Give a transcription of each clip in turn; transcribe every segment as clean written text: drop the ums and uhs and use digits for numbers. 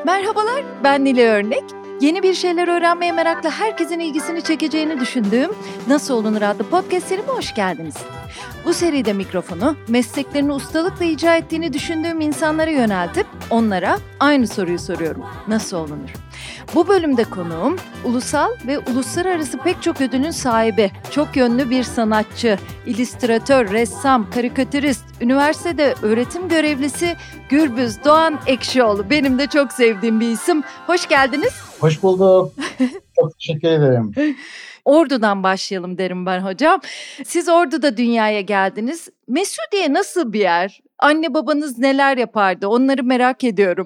Merhabalar, ben Nile Örnek. Yeni bir şeyler öğrenmeye merakla herkesin ilgisini çekeceğini düşündüğüm Nasıl Olunur adlı podcast serime hoş geldiniz. Bu seride mikrofonu mesleklerini ustalıkla icra ettiğini düşündüğüm insanlara yöneltip onlara aynı soruyu soruyorum. Nasıl olunur? Bu bölümde konuğum ulusal ve uluslararası pek çok ödülün sahibi, çok yönlü bir sanatçı, illüstratör, ressam, karikatürist, üniversitede öğretim görevlisi Gürbüz Doğan Ekşioğlu. Benim de çok sevdiğim bir isim. Hoş geldiniz. Hoş bulduk. Çok teşekkür ederim. Ordu'dan başlayalım derim ben hocam. Siz Ordu'da dünyaya geldiniz. Mesudiye nasıl bir yer? Anne babanız neler yapardı? Onları merak ediyorum.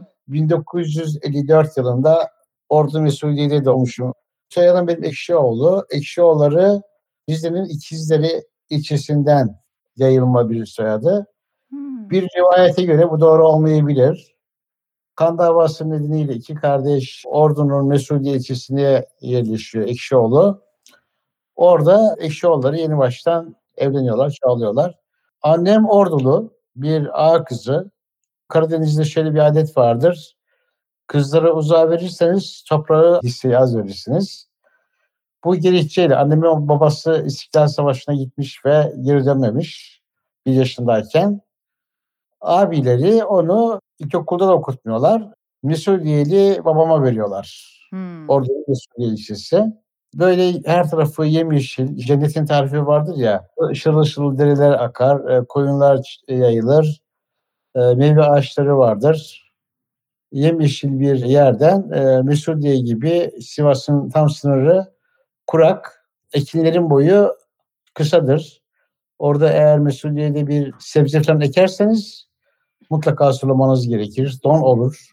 1954 yılında Ordu Mesudiye'de doğmuşum. Soyadım benim Ekşioğlu. Ekşioğulları Rize'nin İkizleri ilçesinden yayılma bir soyadı. Bir rivayete göre bu doğru olmayabilir. Kan davası nedeniyle iki kardeş Ordu'nun Mesudiye ilçesine yerleşiyor Ekşioğlu. Orada Ekşioğulları yeni baştan evleniyorlar, çoğalıyorlar. Annem Ordulu, bir ağa kızı. Karadeniz'de şöyle bir adet vardır. Kızları uzağa verirseniz toprağı hisseye az verirsiniz. Bu gerekçeyle annemin babası İstiklal Savaşı'na gitmiş ve geri dönmemiş 1 yaşındayken. Abileri onu ilkokulda da okutmuyorlar. Mesudiyeli babama veriyorlar. Orada Mesudiye ilçesi. Böyle her tarafı yemyeşil, cennetin tarifi vardır ya. Işıl ışıl dereler akar, koyunlar yayılır, meyve ağaçları vardır. Yemyeşil bir yerden Mesudiye gibi Sivas'ın tam sınırı kurak, ekinlerin boyu kısadır. Orada eğer Mesudiye'de bir sebze falan ekerseniz mutlaka sulamanız gerekir. Don olur.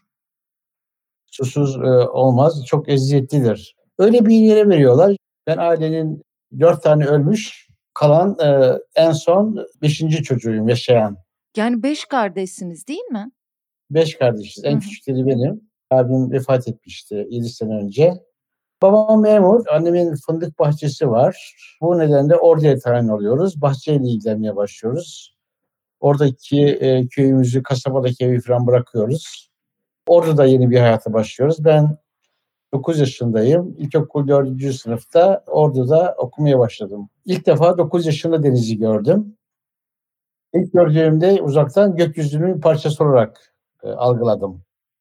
Susuz olmaz. Çok eziyetlidir. Öyle bir yere veriyorlar. Ben ailenin 4 tane ölmüş, kalan en son 5. çocuğuyum yaşayan. Yani 5 kardeşsiniz değil mi? 5 kardeşiz. En küçükleri benim. Abim vefat etmişti 7 sene önce. Babam memur. Annemin fındık bahçesi var. Bu nedenle Ordu'ya tayin oluyoruz. Bahçeyle ilgilenmeye başlıyoruz. Oradaki köyümüzü, kasabadaki evi falan bırakıyoruz. Ordu'da yeni bir hayata başlıyoruz. Ben 9 yaşındayım. İlkokul 4. sınıfta Ordu'da okumaya başladım. İlk defa 9 yaşında denizi gördüm. İlk gördüğümde uzaktan gökyüzünün bir parçası olarak algıladım.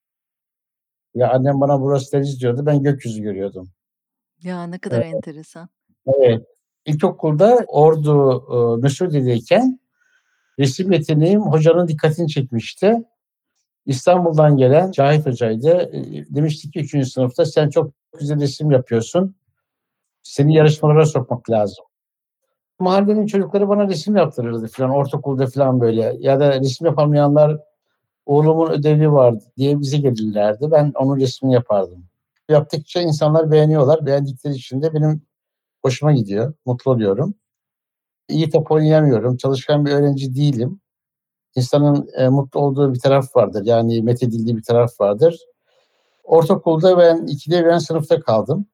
Ya annem bana burası deniz diyordu. Ben gökyüzü görüyordum. Ya ne kadar enteresan. Evet. İlkokulda Ordu Mesudiye'deyken resim yeteneğim hocanın dikkatini çekmişti. İstanbul'dan gelen Cahit Hoca'ydı. Demişti ki 3. sınıfta sen çok güzel resim yapıyorsun. Seni yarışmalara sokmak lazım. Mahallenin çocukları bana resim yaptırırdı falan, ortaokulda falan böyle. Ya da resim yapamayanlar oğlumun ödevi vardı diye bize gelirlerdi. Ben onun resmini yapardım. Yaptıkça insanlar beğeniyorlar. Beğendikleri için de benim hoşuma gidiyor. Mutlu oluyorum. İyi top oynayamıyorum. Çalışkan bir öğrenci değilim. İnsanın mutlu olduğu bir taraf vardır. Yani methedildiği bir taraf vardır. Ortaokulda ben 2'de ben sınıfta kaldım.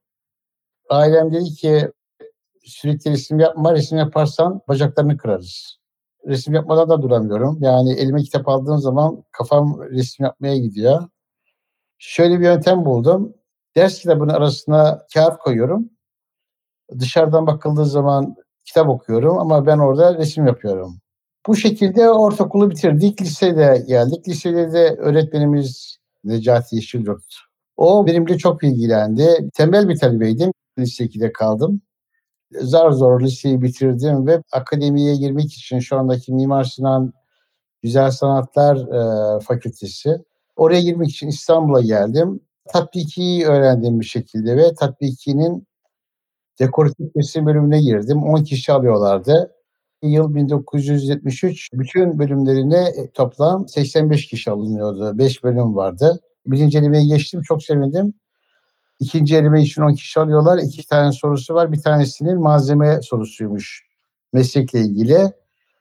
Ailem dedi ki sürekli resim yapma, resim yaparsan bacaklarını kırarız. Resim yapmadan da duramıyorum. Yani elime kitap aldığım zaman kafam resim yapmaya gidiyor. Şöyle bir yöntem buldum. Ders kitabının arasına kağıt koyuyorum. Dışarıdan bakıldığı zaman kitap okuyorum ama ben orada resim yapıyorum. Bu şekilde ortaokulu bitirdik. Lisede geldik. Lisede de öğretmenimiz Necati Yeşilyurt. O benimle çok ilgilendi. Tembel bir talebeydim. Lise 2'de kaldım. Zar zor liseyi bitirdim ve akademiye girmek için şu andaki Mimar Sinan Güzel Sanatlar Fakültesi. Oraya girmek için İstanbul'a geldim. Tatbikiyi öğrendim bir şekilde ve tatbikinin dekoratif resim bölümüne girdim. 10 kişi alıyorlardı. Yıl 1973. Bütün bölümlerine toplam 85 kişi alınıyordu. 5 bölüm vardı. 1. elemeyi geçtim. Çok sevindim. 2. eleme için 10 kişi alıyorlar. 2 tane sorusu var. Bir tanesinin malzeme sorusuymuş. Meslekle ilgili.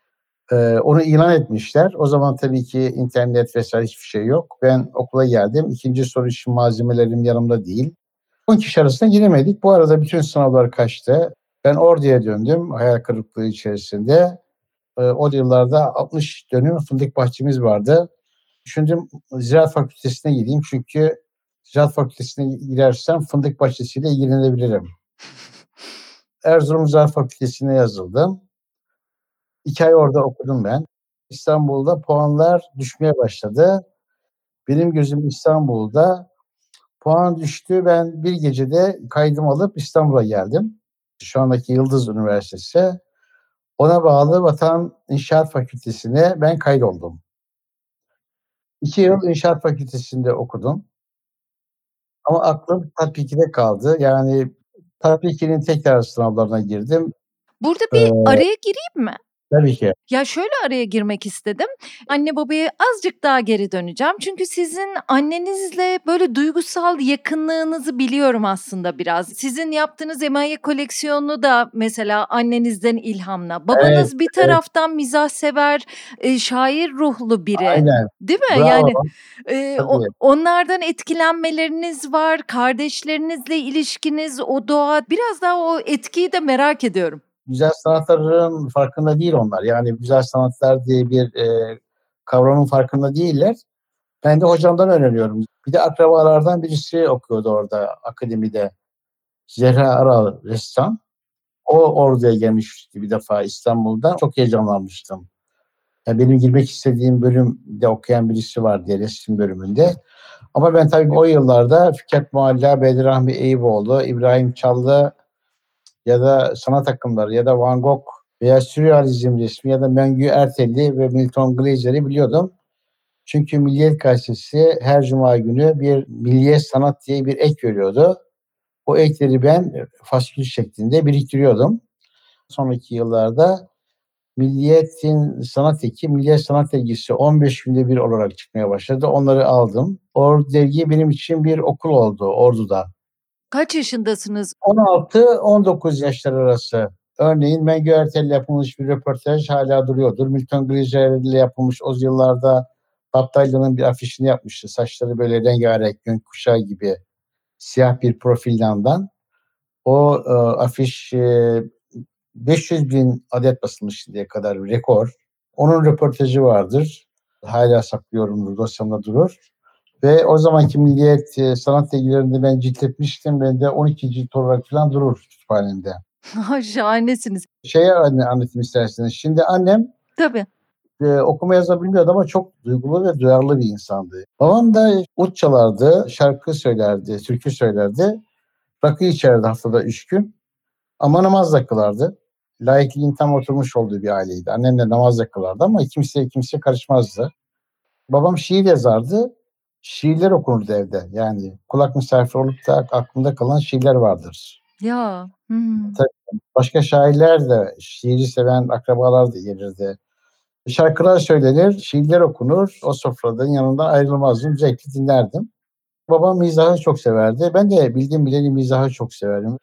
Onu ilan etmişler. O zaman tabii ki internet vesaire hiçbir şey yok. Ben okula geldim. 2. soru için malzemelerim yanımda değil. 10 kişi arasında giremedik. Bu arada bütün sınavlar kaçtı. Ben Ordu'ya döndüm hayal kırıklığı içerisinde. O yıllarda 60 dönüm fındık bahçemiz vardı. Düşündüm Ziraat Fakültesi'ne gideyim çünkü Ziraat Fakültesi'ne girersem fındık bahçesiyle ilgilenebilirim. Erzurum Ziraat Fakültesi'ne yazıldım. 2 ay orada okudum ben. İstanbul'da puanlar düşmeye başladı. Benim gözüm İstanbul'da. Puan düştü. Ben bir gecede kaydımı alıp İstanbul'a geldim. Şu andaki Yıldız Üniversitesi. Ona bağlı Vatan İnşaat Fakültesi'ne ben kaydoldum. 2 yıl İnşaat Fakültesi'nde okudum. Ama aklım Tatbiki'de kaldı. Yani Tatbiki'nin tekrar sınavlarına girdim. Burada bir araya gireyim mi? Tabii ki. Ya şöyle araya girmek istedim. Anne babaya azıcık daha geri döneceğim. Çünkü sizin annenizle böyle duygusal yakınlığınızı biliyorum aslında biraz. Sizin yaptığınız emaye koleksiyonu da mesela annenizden ilhamla. Babanız bir taraftan mizahsever, şair ruhlu biri. Aynen. Değil mi? Bravo. Yani Tabii. onlardan etkilenmeleriniz var. Kardeşlerinizle ilişkiniz, o doğa. Biraz daha o etkiyi de merak ediyorum. Güzel sanatların farkında değil onlar. Yani güzel sanatlar diye bir kavramın farkında değiller. Ben de hocamdan öğreniyorum. Bir de akrabalardan birisi okuyordu orada akademide. Zehra Aral ressam. O oraya gelmişti bir defa İstanbul'da. Çok heyecanlanmıştım. Yani benim girmek istediğim bölümde okuyan birisi var diye resim bölümünde. Ama ben tabii o yıllarda Fikret Mualla, Bedirahmi Eyüboğlu, İbrahim Çallı ya da sanat akımları ya da Van Gogh veya Sürrealizm resmi ya da Mengü Ertel'i ve Milton Glazer'i biliyordum. Çünkü Milliyet Gazetesi her cuma günü bir milliyet sanat diye bir ek veriyordu. O ekleri ben faskül şeklinde biriktiriyordum. Sonraki yıllarda Milliyet'in sanat eki, Milliyet Sanat Dergisi 15 günde bir olarak çıkmaya başladı. Onları aldım. O dergi benim için bir okul oldu Ordu'da. Kaç yaşındasınız? 16-19 yaşlar arası. Örneğin Mengü Ertel'le yapılmış bir röportaj hala duruyordur. Milton Glazer'le yapılmış o yıllarda Baptaylı'nın bir afişini yapmıştı. Saçları böyle rengarenk, gökkuşağı gibi siyah bir profilden. O afiş 500 bin adet basılmış şimdiye kadar bir rekor. Onun röportajı vardır. Hala saklıyorum, dosyamda durur. Ve o zamanki Milliyet sanat dergilerinde ben ciltletmiştim. Bende 12 cilt olarak falan durur kütüphanemde. Şahanesiniz. Anlatayım isterseniz. Şimdi annem Tabii. okuma yazma bilmiyordu ama çok duygulu ve duyarlı bir insandı. Babam da ut çalardı, şarkı söylerdi, türkü söylerdi. Rakı içerdi haftada 3 gün. Ama namaz da kılardı. Laikliğin tam oturmuş olduğu bir aileydi. Annem de namaz da kılardı ama kimse karışmazdı. Babam şiir yazardı. Şiirler okunurdu evde. Yani kulak misafiri olup da aklımda kalan şiirler vardır. Ya. Tabii başka şairler de, şiiri seven akrabalar da gelirdi. Şarkılar söylenir, şiirler okunur. O sofradan yanından ayrılmazdım. Zevkle dinlerdim. Babam mizahı çok severdi. Ben de bildiğim bileni mizahı çok severim.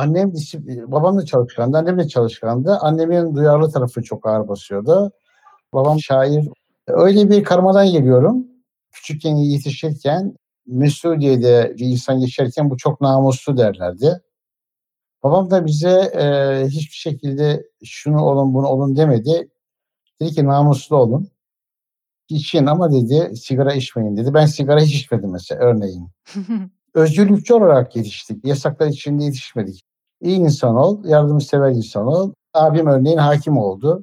Babam da çalışkandı, annem de çalışkandı. Annemin duyarlı tarafı çok ağır basıyordu. Babam şair. Öyle bir karmadan geliyorum. Küçükken yetişirken Mesudiye'de bir insan geçerken bu çok namuslu derlerdi. Babam da bize hiçbir şekilde şunu olun bunu olun demedi. Dedi ki namuslu olun. İçin ama dedi sigara içmeyin dedi. Ben sigara hiç içmedim mesela örneğin. Özgürlükçü olarak yetiştik. Yasaklar içinde yetişmedik. İyi insan ol, yardımsever insan ol. Abim örneğin hakim oldu.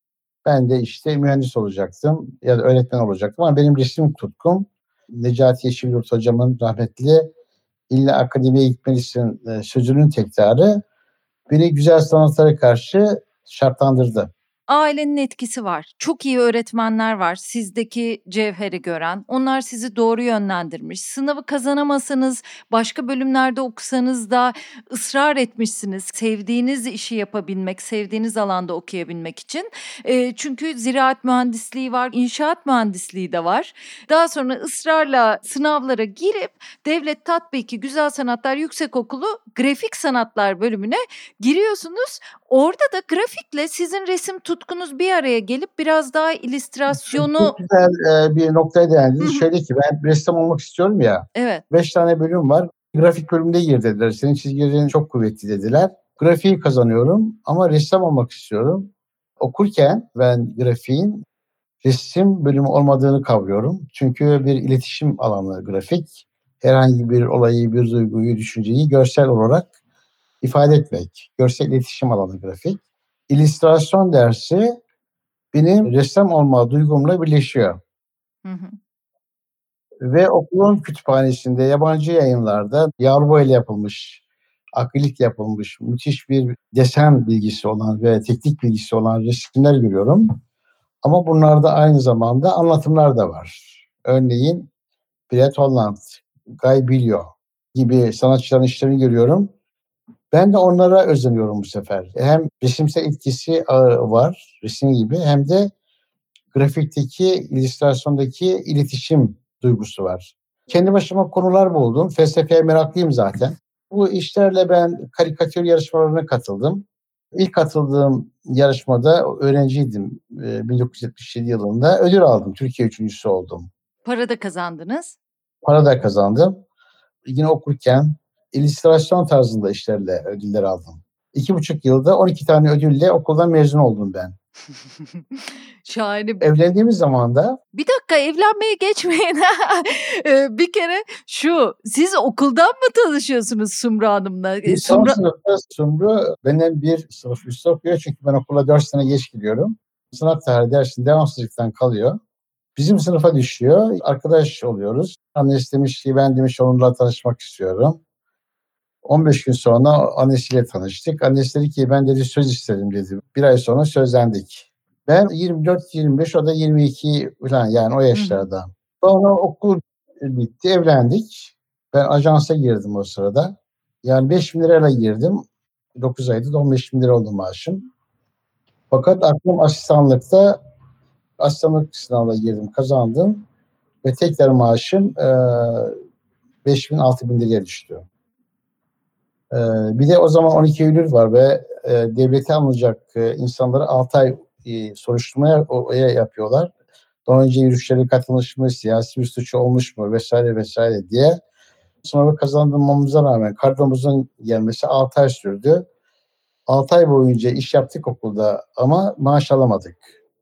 Ben de işte mühendis olacaktım ya da öğretmen olacaktım ama benim resim tutkum Necati Yeşilyurt hocamın rahmetli illa akademiye gitmelisin sözünün tekrarı beni güzel sanatlara karşı şartlandırdı. Ailenin etkisi var. Çok iyi öğretmenler var sizdeki cevheri gören. Onlar sizi doğru yönlendirmiş. Sınavı kazanamasanız, başka bölümlerde okusanız da ısrar etmişsiniz. Sevdiğiniz işi yapabilmek, sevdiğiniz alanda okuyabilmek için. Çünkü ziraat mühendisliği var, inşaat mühendisliği de var. Daha sonra ısrarla sınavlara girip Devlet Tatbiki Güzel Sanatlar Yüksekokulu Grafik Sanatlar bölümüne giriyorsunuz. Orada da grafikle sizin resim tutkunuz bir araya gelip biraz daha illüstrasyonu... Çok güzel bir noktaya değindiniz. Şöyle ki ben ressam olmak istiyorum ya. Evet. 5 tane bölüm var. Grafik bölümünde gir dediler. Senin çizgilerin çok kuvvetli dediler. Grafiği kazanıyorum ama ressam olmak istiyorum. Okurken ben grafiğin resim bölümü olmadığını kavruyorum. Çünkü bir iletişim alanı grafik. herhangi bir olayı, bir duyguyu, düşünceyi görsel olarak ifade etmek. Görsel iletişim alanı grafik. İllüstrasyon dersi benim ressam olma duygumla birleşiyor. Hı hı. Ve okulun kütüphanesinde yabancı yayınlarda yağlı ile yapılmış, akrilikle yapılmış müthiş bir desen bilgisi olan ve teknik bilgisi olan resimler görüyorum. Ama bunlarda aynı zamanda anlatımlar da var. Örneğin Brett Holland, Guy Billiot gibi sanatçıların işlerini görüyorum. Ben de onlara özeniyorum bu sefer. Hem resimsel etkisi var, resim gibi, hem de grafikteki, illüstrasyondaki iletişim duygusu var. Kendi başıma konular buldum. Felsefeye meraklıyım zaten. Bu işlerle ben karikatür yarışmalarına katıldım. İlk katıldığım yarışmada öğrenciydim. 1977 yılında ödül aldım. Türkiye üçüncüsü oldum. Para da kazandınız. Para da kazandım. Yine okurken illüstrasyon tarzında işlerle ödüller aldım. 2,5 yılda 12 tane ödülle okuldan mezun oldum ben. Şahane. Evlendiğimiz zaman da... Bir dakika, evlenmeye geçmeyin. Bir kere siz okuldan mı tanışıyorsunuz Sumru Hanım'la? Son sınıfta Sumru benden bir sınıf üstü okuyor. Çünkü ben okula 4 sene geç gidiyorum. Sanat tarihi dersinde devamsızlıktan kalıyor. Bizim sınıfa düşüyor. Arkadaş oluyoruz. Annesi demiş ki ben demiş onunla tanışmak istiyorum. 15 gün sonra annesiyle tanıştık. Annesi dedi ki ben dedi söz istedim dedi. Bir ay sonra sözlendik. Ben 24-25, o da 22 falan, yani o yaşlarda. Sonra okul bitti, evlendik. Ben ajansa girdim o sırada. Yani 5.000 lirayla girdim. 9 ayda 15.000 lira oldu maaşım. Fakat aklım asistanlık sınavına girdim, kazandım. Ve tekrar maaşım 5.000-6.000 liraya düştü. Bir de o zaman 12 Eylül var ve devlete alınacak insanları 6 ay soruşturmaya yapıyorlar. Daha önce yürüyüşlere katılmış mı, siyasi bir suçu olmuş mu vesaire vesaire diye. Sınavı kazandırmamıza rağmen kadromuzun gelmesi 6 ay sürdü. 6 ay boyunca iş yaptık okulda ama maaş alamadık.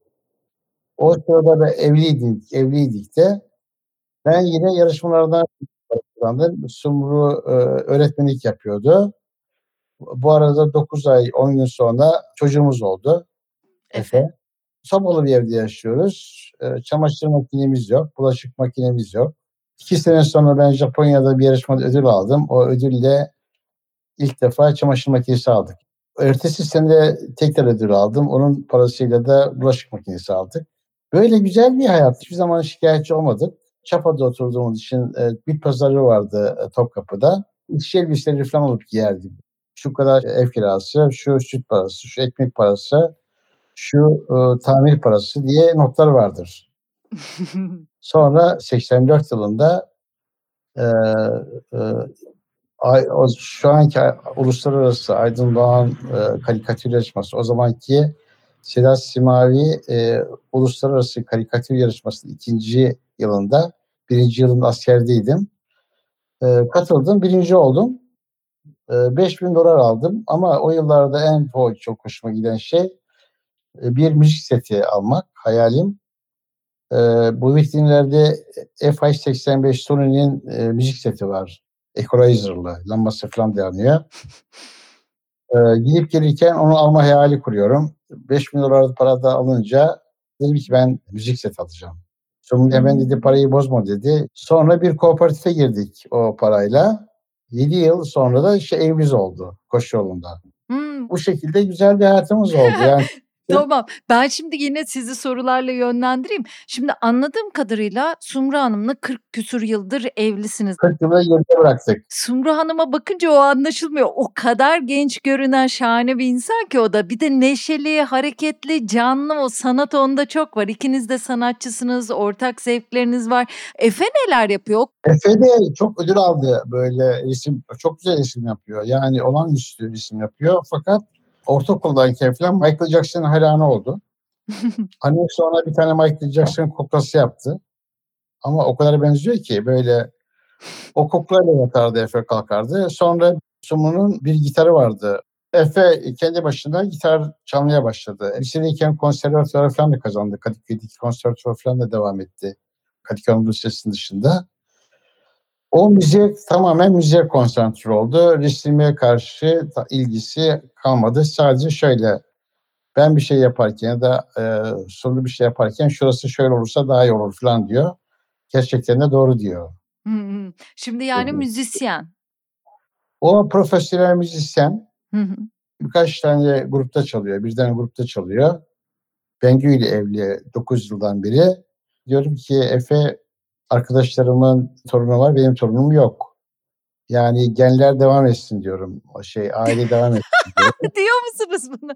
O sırada da evliydik de. Ben yine yarışmalardan kazandım. Sumru öğretmenlik yapıyordu. Bu arada 9 ay 10 gün sonra çocuğumuz oldu. Efe. Sobalı bir evde yaşıyoruz. Çamaşır makinemiz yok, bulaşık makinemiz yok. 2 sene sonra ben Japonya'da bir yarışmada ödül aldım. O ödülle ilk defa çamaşır makinesi aldık. Ertesi sene tekrar ödül aldım. Onun parasıyla da bulaşık makinesi aldık. Böyle güzel bir hayat. Hiçbir zaman şikayetçi olmadık. Çapa'da oturduğumuz için bir pazarı vardı Topkapı'da. İş elbiseleri falan alıp giyerdim. Şu kadar ev kirası, şu süt parası, şu ekmek parası, şu tamir parası diye notlar vardır. Sonra 84 yılında şu anki Uluslararası Aydın Doğan karikatür yarışması, o zamanki Sedat Simavi Uluslararası Karikatür Yarışması'nın 2. yılında, 1. yılın askerdeydim. Katıldım, 1. oldum. 5.000 dolar aldım ama o yıllarda en çok hoşuma giden şey bir müzik seti almak, hayalim. Bu vitrinlerde FH85 Sony'nin müzik seti var. Equalizer'lı, lambası falan yanıyor. Gidip gelirken onu alma hayali kuruyorum. 5.000 dolar para da alınca dedim ki ben müzik seti alacağım. Sonra hemen dedi parayı bozma dedi. Sonra bir kooperatife girdik o parayla. 7 yıl sonra da evimiz oldu Koşuyolu'nda. Bu şekilde güzel bir hayatımız oldu. Yani Tamam. Ben şimdi yine sizi sorularla yönlendireyim. Şimdi anladığım kadarıyla Sumru Hanım'la 40 küsur yıldır evlisiniz. 40 yılı geride bıraktık. Sumru Hanım'a bakınca o anlaşılmıyor. O kadar genç görünen şahane bir insan ki o da. Bir de neşeli, hareketli, canlı, o sanat onda çok var. İkiniz de sanatçısınız, ortak zevkleriniz var. Efe neler yapıyor? Efe de çok ödül aldı, böyle resim, çok güzel resim yapıyor. Yani olağanüstü resim yapıyor. Fakat ortaokuldayken falan Michael Jackson'ın hayranı oldu. Annem sonra bir tane Michael Jackson kuklası yaptı. Ama o kadar benziyor ki böyle o kuklayla yatardı Efe, kalkardı. Sonra Sumru'nun bir gitarı vardı. Efe kendi başına gitar çalmaya başladı. Lisedeyken konservatuvar falan da kazandı. Kadıköy'deki konservatuvar falan da devam etti. Kadıköy Anadolu Lisesi'nin dışında. O tamamen müziğe konsantre oldu. Resime karşı ilgisi kalmadı. Sadece şöyle, ben bir şey yaparken ya da sonunda bir şey yaparken şurası şöyle olursa daha iyi olur falan diyor. Gerçekten de doğru diyor. Hı hı. Şimdi yani müzisyen. O profesyonel müzisyen. Hı hı. Birkaç tane grupta çalıyor. Birden grupta çalıyor. Bengü ile evli 9 yıldan beri. Diyorum ki Efe, arkadaşlarımın torunu var, benim torunum yok. Yani genler devam etsin diyorum. Aile devam etsin diyorum. Diyor musunuz bunu?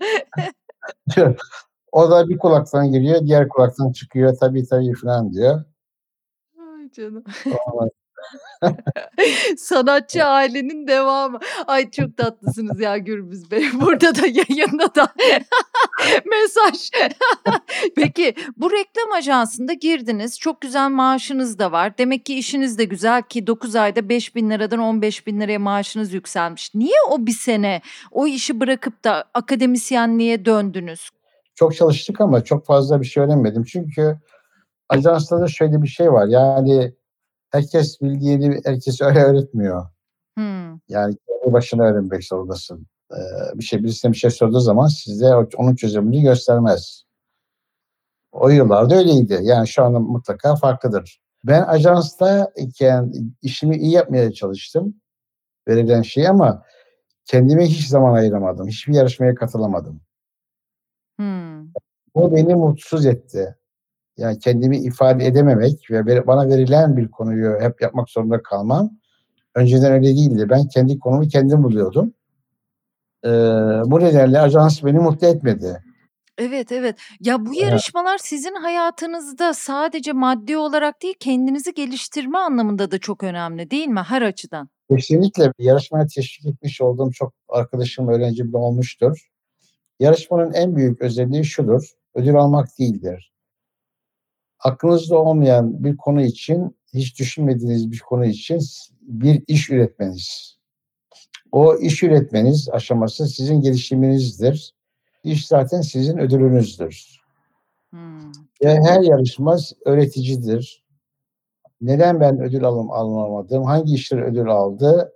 O da bir kulaktan giriyor, diğer kulaktan çıkıyor. Tabii falan diyor. Ay canım. Ama Sanatçı ailenin devamı. Ay çok tatlısınız ya Gürbüz Bey. Burada da yayında da mesaj. Peki bu reklam ajansında girdiniz. Çok güzel maaşınız da var. Demek ki işiniz de güzel ki 9 ayda 5.000 liradan 15.000 liraya maaşınız yükselmiş. Niye o bir sene o işi bırakıp da akademisyenliğe döndünüz? çok çalıştık ama çok fazla bir şey öğrenmedim. Çünkü ajansta da şöyle bir şey var. Yani herkes bildiğini herkes öyle öğretmiyor. Hmm. Yani kendi başına öğrenmek zorundasın. Birisine bir şey sorduğu zaman size onun çözümünü göstermez. O yıllarda öyleydi. Yani şu anda mutlaka farklıdır. Ben ajansta iken işimi iyi yapmaya çalıştım. Verilen şey ama kendime hiç zaman ayıramadım. Hiçbir yarışmaya katılamadım. Hmm. O beni mutsuz etti. Yani kendimi ifade edememek ve bana verilen bir konuyu hep yapmak zorunda kalmam. Önceden öyle değildi. Ben kendi konumu kendim buluyordum. Bu nedenle ajans beni mutlu etmedi. Evet, evet. Ya bu yarışmalar sizin hayatınızda sadece maddi olarak değil, kendinizi geliştirme anlamında da çok önemli değil mi her açıdan? Kesinlikle yarışmaya teşvik etmiş olduğum çok arkadaşım, öğrencim de olmuştur. Yarışmanın en büyük özelliği şudur: ödül almak değildir. Aklınızda olmayan bir konu için, hiç düşünmediğiniz bir konu için bir iş üretmeniz. O iş üretmeniz aşaması sizin gelişiminizdir. İş zaten sizin ödülünüzdür. Hmm. Ve her yarışma öğreticidir. Neden ben ödül alamadım, hangi işler ödül aldı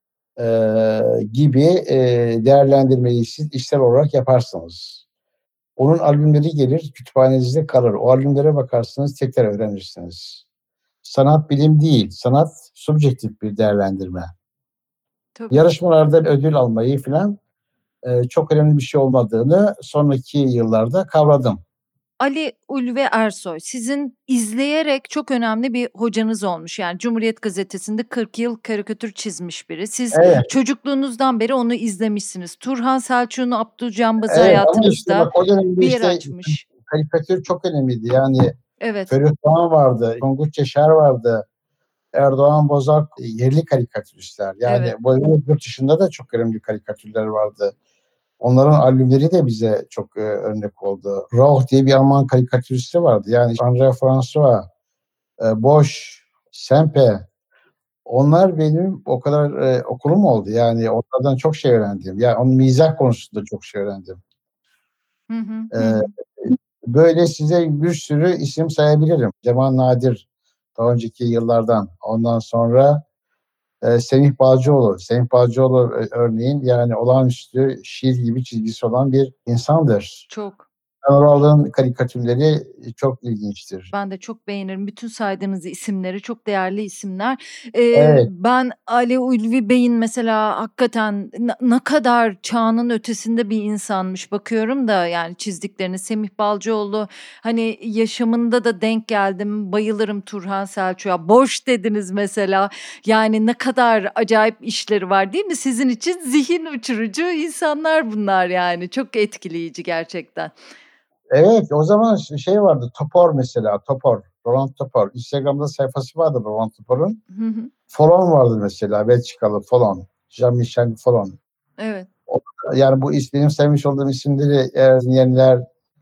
gibi değerlendirmeyi siz işsel olarak yaparsınız. Onun albümleri gelir, kütüphanenizde kalır. O albümlere bakarsınız, tekrar öğrenirsiniz. Sanat bilim değil, sanat subjektif bir değerlendirme. Tabii. Yarışmalarda ödül almayı falan çok önemli bir şey olmadığını sonraki yıllarda kavradım. Ali Ulvi Ersoy sizin izleyerek çok önemli bir hocanız olmuş. Yani Cumhuriyet Gazetesi'nde 40 yıl karikatür çizmiş biri. Siz Evet, çocukluğunuzdan beri onu izlemişsiniz. Turhan Selçuk'un Abdülcambaz'ı evet ama işte hayatınızda bak o dönemde bir yer işte açmış. karikatür çok önemliydi. Yani Evet, Ferruh Doğan vardı, Tonguç Yaşar vardı, Erdoğan Bozak, yerli karikatüristler. Yani evet. bu yurt dışında da çok önemli karikatürler vardı. Onların albümleri de bize çok örnek oldu. Rauch diye bir Alman karikatüristi vardı. Yani André François, Bosch, Sempe. Onlar benim o kadar okulum oldu. Yani onlardan çok şey öğrendim. Yani onun mizah konusunda çok şey öğrendim. Hı hı, E, hı hı. Böyle size bir sürü isim sayabilirim. Cemal Nadir, daha önceki yıllardan. Ondan sonra Semih Balcıoğlu. Semih Balcıoğlu örneğin yani olağanüstü şiir gibi çizgisi olan bir insandır. Çok. Anadolu'nun karikatürleri çok ilginçtir. Ben de çok beğenirim. Bütün saydığınız isimleri çok değerli isimler. Evet, Ben Ali Ulvi Bey'in mesela hakikaten ne kadar çağının ötesinde bir insanmış bakıyorum da yani çizdiklerini. Semih Balcıoğlu hani yaşamında da denk geldim. Bayılırım Turhan Selçuk'a. Boş dediniz mesela. Yani ne kadar acayip işleri var değil mi? Sizin için zihin uçurucu insanlar bunlar yani. Çok etkileyici gerçekten. evet, o zaman şey vardı, Topor mesela, Topor, Roland Topor. Instagram'da sayfası vardı Roland Topor'un. Hı hı. Folon vardı mesela, Belçikalı Folon, Jean-Michel Folon. Evet. Yani bu benim sevmiş olduğum isimleri eğer dinleyenler,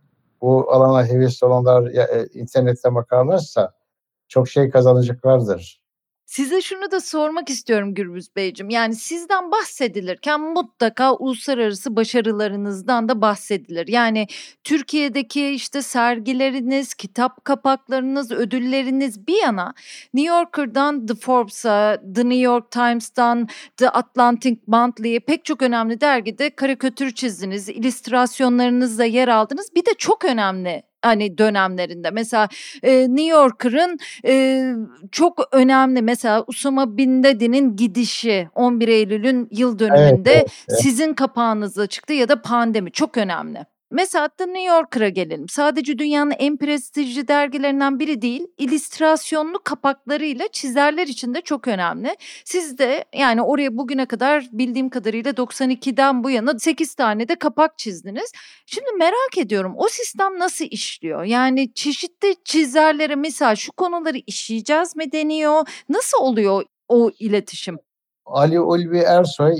bu alana hevesli olanlar internetten bakarlarsa çok şey kazanacaklardır. Size şunu da sormak istiyorum Gürbüz Beyciğim. Yani sizden bahsedilirken mutlaka uluslararası başarılarınızdan da bahsedilir. Yani Türkiye'deki işte sergileriniz, kitap kapaklarınız, ödülleriniz bir yana New Yorker'dan The Forbes'a, The New York Times'tan The Atlantic Monthly'ye pek çok önemli dergide karikatür çizdiniz, illüstrasyonlarınızla yer aldınız. Bir de çok önemli hani dönemlerinde mesela New Yorker'ın çok önemli mesela Usama Bin Laden'in gidişi 11 Eylül'ün yıl Evet, dönümünde evet, evet. sizin kapağınızda çıktı ya da pandemi çok önemli. Mesela The New Yorker'a gelelim. Sadece dünyanın en prestijli dergilerinden biri değil, illüstrasyonlu kapaklarıyla çizerler için de çok önemli. Siz de yani oraya bugüne kadar bildiğim kadarıyla 92'den bu yana 8 tane de kapak çizdiniz. Şimdi merak ediyorum o sistem nasıl işliyor? Yani çeşitli çizerlere mesela şu konuları işleyeceğiz mi deniyor? Nasıl oluyor o iletişim? Ali Ulvi Ersoy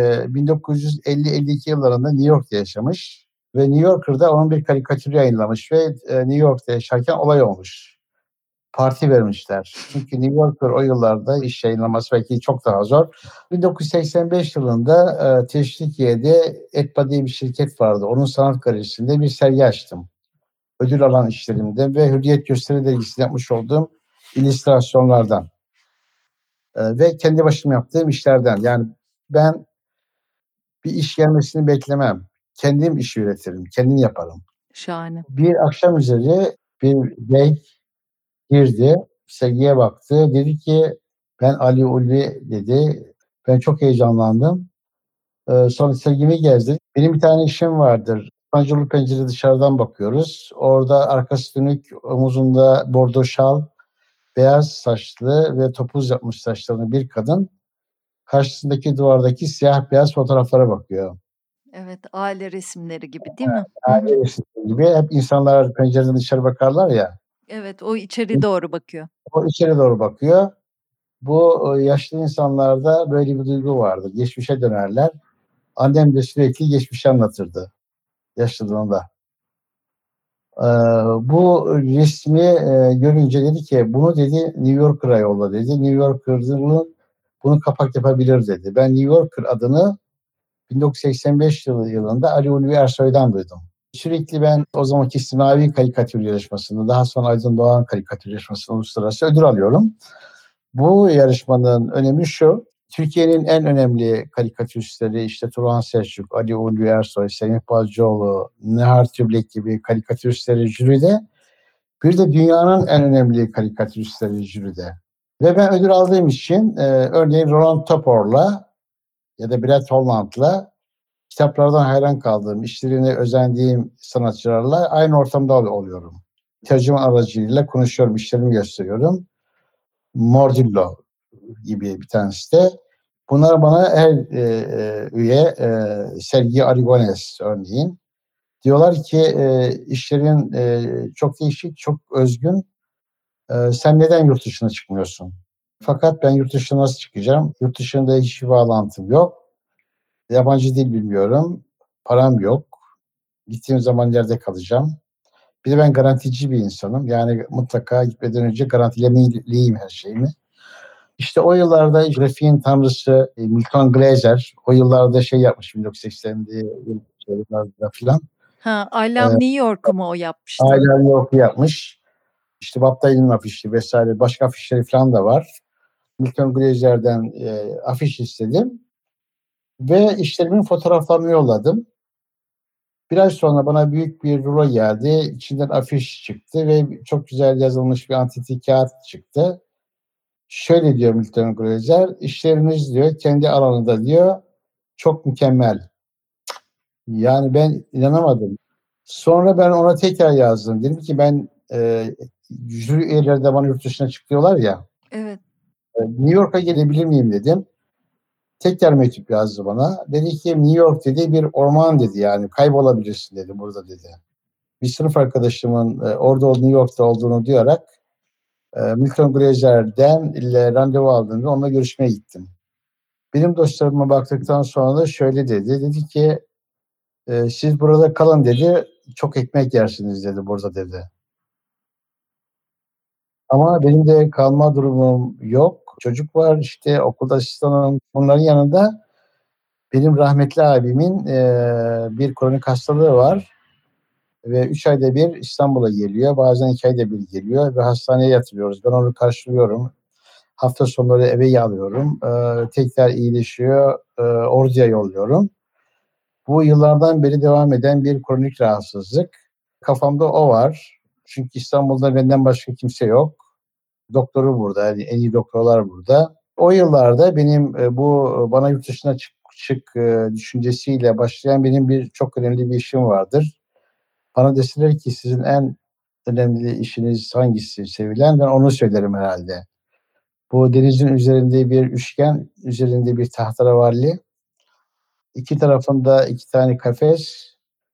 1950-52 yıllarında New York'ta yaşamış ve New Yorker'da onun bir karikatürü yayınlamış ve New York'ta yaşarken olay olmuş. Parti vermişler. Çünkü New Yorker o yıllarda iş yayınlaması belki çok daha zor. 1985 yılında Teşvikiye'de Etba diye bir şirket vardı. Onun sanat galerisinde bir sergi açtım. Ödül alan işlerimde ve Hürriyet Gösteri Dergisi'nde yapmış olduğum illüstrasyonlardan ve kendi başıma yaptığım işlerden. Yani ben bir iş gelmesini beklemem. Kendim işi üretirim, kendim yaparım. Şahane. Bir akşam üzeri bir bey girdi, sergiye baktı. Dedi ki ben Ali Ulvi dedi. Ben çok heyecanlandım. Sonra sergimi gezdik. Benim bir tane işim vardır. Pancurlu pencere dışarıdan bakıyoruz. Orada arkası dönük, omuzunda bordo şal, beyaz saçlı ve topuz yapmış saçlarını bir kadın karşısındaki duvardaki siyah beyaz fotoğraflara bakıyor. Evet, aile resimleri gibi değil mi? Aile resimleri gibi hep insanlar pencereden dışarı bakarlar ya. Evet, o içeri doğru bakıyor. O içeri doğru bakıyor. Bu yaşlı insanlarda böyle bir duygu vardır. Geçmişe dönerler. Annem de sürekli geçmişi anlatırdı yaşlılığında. Bu resmi görünce dedi ki bunu dedi New Yorker'a yolla dedi. New Yorker'ın bunu kapak yapabilir dedi. Ben New Yorker adını 1985 yılında Ali Ulvi Ersoy'dan duydum. Sürekli ben o zamanki Simavi karikatür yarışmasında, daha sonra Aydın Doğan karikatür yarışmasında uluslararası ödül alıyorum. Bu yarışmanın önemi şu, Türkiye'nin en önemli karikatüristleri işte Turhan Selçuk, Ali Ulvi Ersoy, Semih Bazcıoğlu, Nihar Tüblek gibi karikatüristleri jüride, bir de dünyanın en önemli karikatüristleri jüride. Ve ben ödül aldığım için örneğin Roland Topor'la ya da Brett Holland'la kitaplardan hayran kaldığım, işlerine özendiğim sanatçılarla aynı ortamda oluyorum. Tercüman aracılığıyla konuşuyorum, işlerimi gösteriyorum. Mordillo gibi bir tanesi de. Bunlar bana her üye, Sergio Aragonés örneğin, diyorlar ki işlerin çok değişik, çok özgün. Sen neden yurt dışına çıkmıyorsun? Fakat ben yurt dışına nasıl çıkacağım? Yurt dışında hiçbir bağlantım yok. Yabancı dil bilmiyorum. Param yok. Gittiğim zaman nerede kalacağım? Bir de ben garantici bir insanım. Yani mutlaka gitmeden önce garantilemeliyim her şeyimi. İşte o yıllarda grafiğin tanrısı Milton Glaser, o yıllarda şey yapmış 1980'li yıllarda filan. Ha, I Love New York'u mu o yapmıştı? Hala New York'u yapmış. İşte Bob Dylan'ın afişi vesaire başka afişleri falan da var. Milton Glaser'den afiş istedim ve işlerimin fotoğraflarını yolladım. Bir ay sonra bana büyük bir rulo geldi. İçinden afiş çıktı ve çok güzel yazılmış bir antitik kağıt çıktı. Şöyle diyor Milton Glaser, işleriniz diyor kendi alanında diyor çok mükemmel. Yani ben inanamadım. Sonra ben ona tekrar yazdım. Dedim ki ben jüri üyeleri de bana yurt dışına çıkıyorlar ya. Evet. New York'a gelebilir miyim dedim. Tekrar mektup yazdı bana. Dedi ki New York dedi bir orman dedi yani kaybolabilirsin dedi burada dedi. Bir sınıf arkadaşımın orada New York'ta olduğunu duyarak Milton Glaser'den randevu aldım ve onunla görüşmeye gittim. Benim dostlarıma baktıktan sonra da şöyle dedi. Dedi ki siz burada kalın dedi. Çok ekmek yersiniz dedi burada dedi. Ama benim de kalma durumum yok. Çocuk var, işte okulda asistanım. Bunların yanında benim rahmetli abimin bir kronik hastalığı var ve 3 ayda bir İstanbul'a geliyor. Bazen 2 ayda bir geliyor ve hastaneye yatırıyoruz. Ben onu karşılıyorum. Hafta sonları eve alıyorum. Tekrar iyileşiyor. Ordu'ya yolluyorum. Bu yıllardan beri devam eden bir kronik rahatsızlık. Kafamda o var. Çünkü İstanbul'da benden başka kimse yok. Doktoru burada, yani en iyi doktorlar burada. O yıllarda benim bu bana yurt dışına çık düşüncesiyle başlayan benim bir çok önemli bir işim vardır. Bana deseler ki sizin en önemli işiniz hangisi sevilen, ben onu söylerim herhalde. Bu denizin üzerinde bir üçgen, üzerinde bir tahterevalli. İki tarafında 2 tane kafes.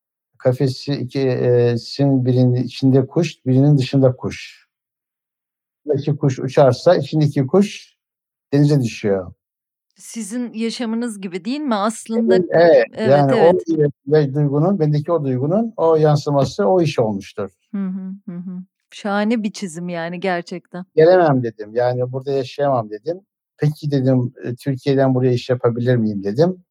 Kafesin birinin içinde kuş, birinin dışında kuş. İki kuş uçarsa içindeki kuş denize düşüyor. Sizin yaşamınız gibi değil mi aslında? Evet, Evet, yani o evet. duygunun, bendeki o duygunun o yansıması o iş olmuştur. Hı hı, hı hı. Şahane bir çizim yani gerçekten. Gelemem dedim, yani burada yaşayamam dedim. Peki dedim, Türkiye'den buraya iş yapabilir miyim dedim.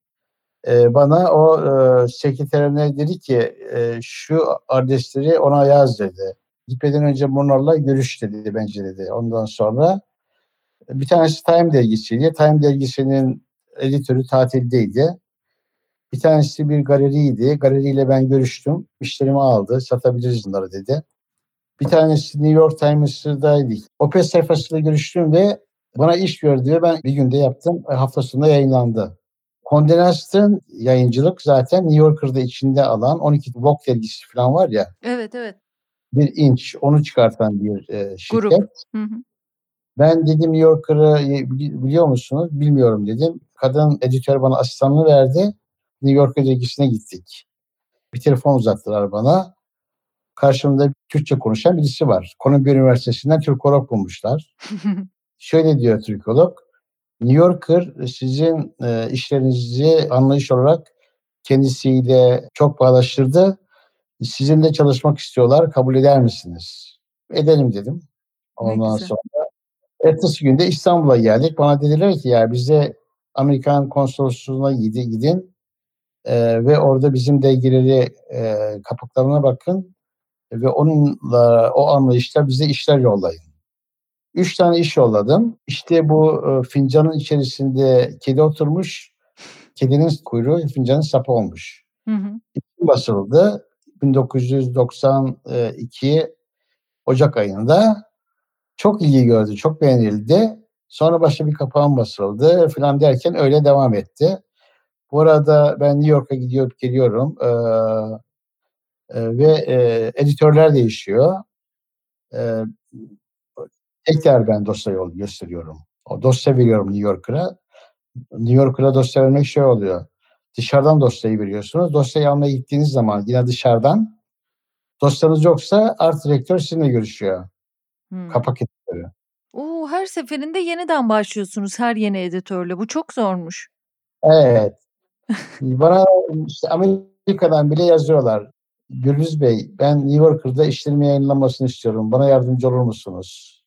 Bana o sekreterine dedi ki şu adresleri ona yaz dedi. Gitmeden önce bunlarla görüş dedi bence dedi. Ondan sonra bir tanesi Time dergisiydi. Time dergisinin editörü tatildeydi. Bir tanesi bir galeriydi. Galeriyle ben görüştüm. İşlerimi aldı. Satabiliriz bunları dedi. Bir tanesi New York Times'daydı. Opera sayfasıyla görüştüm ve bana iş gördü. Ben bir günde yaptım. Hafta sonunda yayınlandı. Condé Nast'ın yayıncılık zaten New Yorker'da içinde alan 12 Vogue dergisi falan var ya. Evet, evet. Bir inç onu çıkartan bir şirket. Grup. Hı hı. Ben dedim New Yorker'ı biliyor musunuz? Bilmiyorum dedim. Kadın editör bana asistanlığı verdi. New Yorker dergisine gittik. Bir telefon uzattılar bana. Karşımda Türkçe konuşan birisi var. Columbia Üniversitesi'nden Türkolog bulmuşlar. Şöyle diyor Türkolog. New Yorker sizin işlerinizi anlayış olarak kendisiyle çok bağdaştırdı. Sizinle çalışmak istiyorlar. Kabul eder misiniz? Edelim dedim. Ne Ondan güzel. sonra ertesi günde İstanbul'a geldik. Bana dediler ki ya bize Amerikan konsolosluğuna gidin ve orada bizim dergileri kapaklarına bakın ve onunla o anlayışla bize işler yollayın. 3 tane iş yolladım. İşte bu fincanın içerisinde kedi oturmuş. Kedinin kuyruğu fincanın sapı olmuş. Hı hı. Basıldı 1992 Ocak ayında. Çok ilgi gördü, çok beğenildi. Sonra başka bir kapağım basıldı falan derken öyle devam etti. Bu arada ben New York'a gidiyorum, geliyorum ve editörler değişiyor. Tekrar ben dosya yol gösteriyorum. O dosya veriyorum New Yorker'a. New Yorker'a dosya vermek şey oluyor. Dışarıdan dosyayı veriyorsunuz. Dosyayı almaya gittiğiniz zaman yine dışarıdan dosyanız yoksa art direktör sizinle görüşüyor. Kapak editörü. Her seferinde yeniden başlıyorsunuz her yeni editörle. Bu çok zormuş. Evet. Bana işte Amerika'dan bile yazıyorlar. Gürbüz Bey, ben New Yorker'da işlerimi yayınlanmasını istiyorum. Bana yardımcı olur musunuz?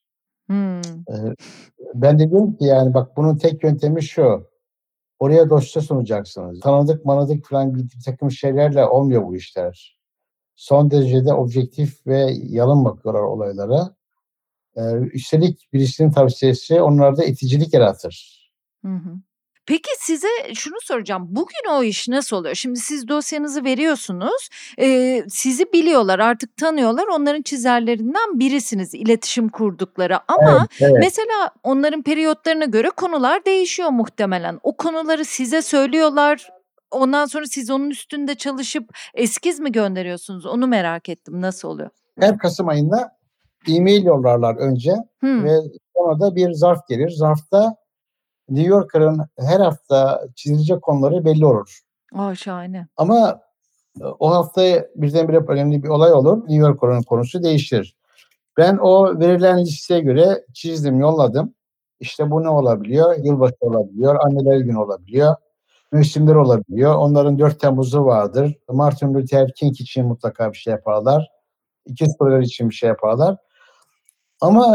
Ben de diyorum ki yani bak bunun tek yöntemi şu. Oraya dosya sunacaksınız. Tanıdık manadık falan bir takım şeylerle olmuyor bu işler. Son derecede objektif ve yalın bakıyorlar olaylara. Üstelik birisinin tavsiyesi onlarda iticilik yaratır. Hı hı. Peki size şunu soracağım. Bugün o iş nasıl oluyor? Şimdi siz dosyanızı veriyorsunuz. Sizi biliyorlar, artık tanıyorlar. Onların çizerlerinden birisiniz, iletişim kurdukları. Ama Evet. mesela onların periyotlarına göre konular değişiyor muhtemelen. O konuları size söylüyorlar. Ondan sonra siz onun üstünde çalışıp eskiz mi gönderiyorsunuz? Onu merak ettim. Nasıl oluyor? Her Kasım ayında e-mail yollarlar önce ve sonra da bir zarf gelir. Zarfta New Yorker'ın her hafta çizilecek konuları belli olur. Şahane. Ama o hafta birdenbire önemli bir olay olur. New Yorker'ın konusu değişir. Ben o verilen listeye göre çizdim, yolladım. İşte bu ne olabiliyor? Yılbaşı olabiliyor, Anneler Günü olabiliyor, mevsimler olabiliyor. Onların 4 Temmuz'u vardır. Martin Luther King için mutlaka bir şey yaparlar. İkiz Kuleler için bir şey yaparlar. Ama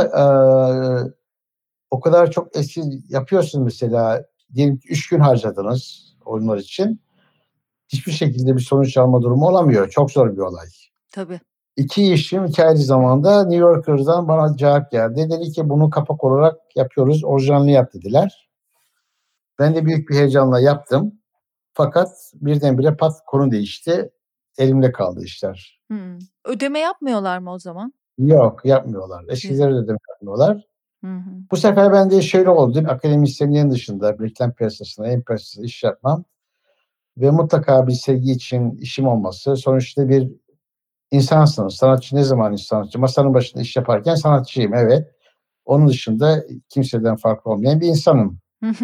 o kadar çok eski yapıyorsun mesela. Diyelim ki 3 gün harcadınız onlar için. Hiçbir şekilde bir sonuç alma durumu olamıyor. Çok zor bir olay. Tabii. 2 işim 2 ayrı zamanda New Yorker'dan bana cevap geldi. Dedi ki bunu kapak olarak yapıyoruz. Orijinalini yap dediler. Ben de büyük bir heyecanla yaptım. Fakat birdenbire pat konu değişti. Elimde kaldı işler. Ödeme yapmıyorlar mı o zaman? Yok, yapmıyorlar. Eskileri de ödeme yapmıyorlar. Hı. Bu sefer ben de şöyle oldu. Akademisyenliğin dışında reklam piyasasında en piyasasında iş yapmam ve mutlaka bir sevgi için işim olması. Sonuçta bir insansınız. Sanatçı ne zaman sanatçı? Masanın başında iş yaparken sanatçıyım, evet. Onun dışında kimseden farklı olmayan bir insanım.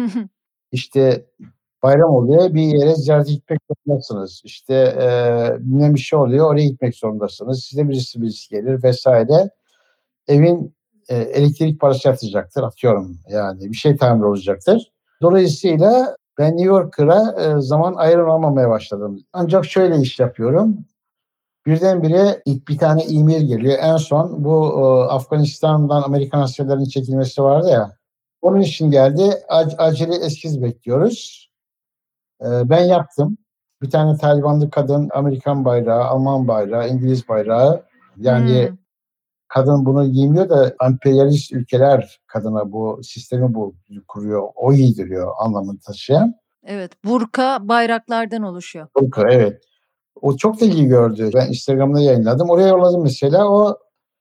İşte bayram oluyor, bir yere ziyarete gitmek zorundasınız. İşte bilmem bir şey oluyor, oraya gitmek zorundasınız. Size birisi gelir vesaire. Evin elektrik parası yatacaktır, atıyorum yani. Bir şey tamir olacaktır. Dolayısıyla ben New Yorker'a zaman ayıramamaya başladım. Ancak şöyle iş yapıyorum. Birdenbire ilk bir tane e-mail geliyor. En son bu Afganistan'dan Amerikan askerlerinin çekilmesi vardı ya. Onun için geldi. Acele eskiz bekliyoruz. Ben yaptım. Bir tane Talibanlı kadın, Amerikan bayrağı, Alman bayrağı, İngiliz bayrağı. Yani kadın bunu giymiyor da emperyalist ülkeler kadına bu sistemi kuruyor. O giydiriyor anlamını taşıyan. Evet. Burka bayraklardan oluşuyor. Burka, evet. O çok da ilgi gördü. Ben Instagram'da yayınladım. Oraya yolladım mesela. O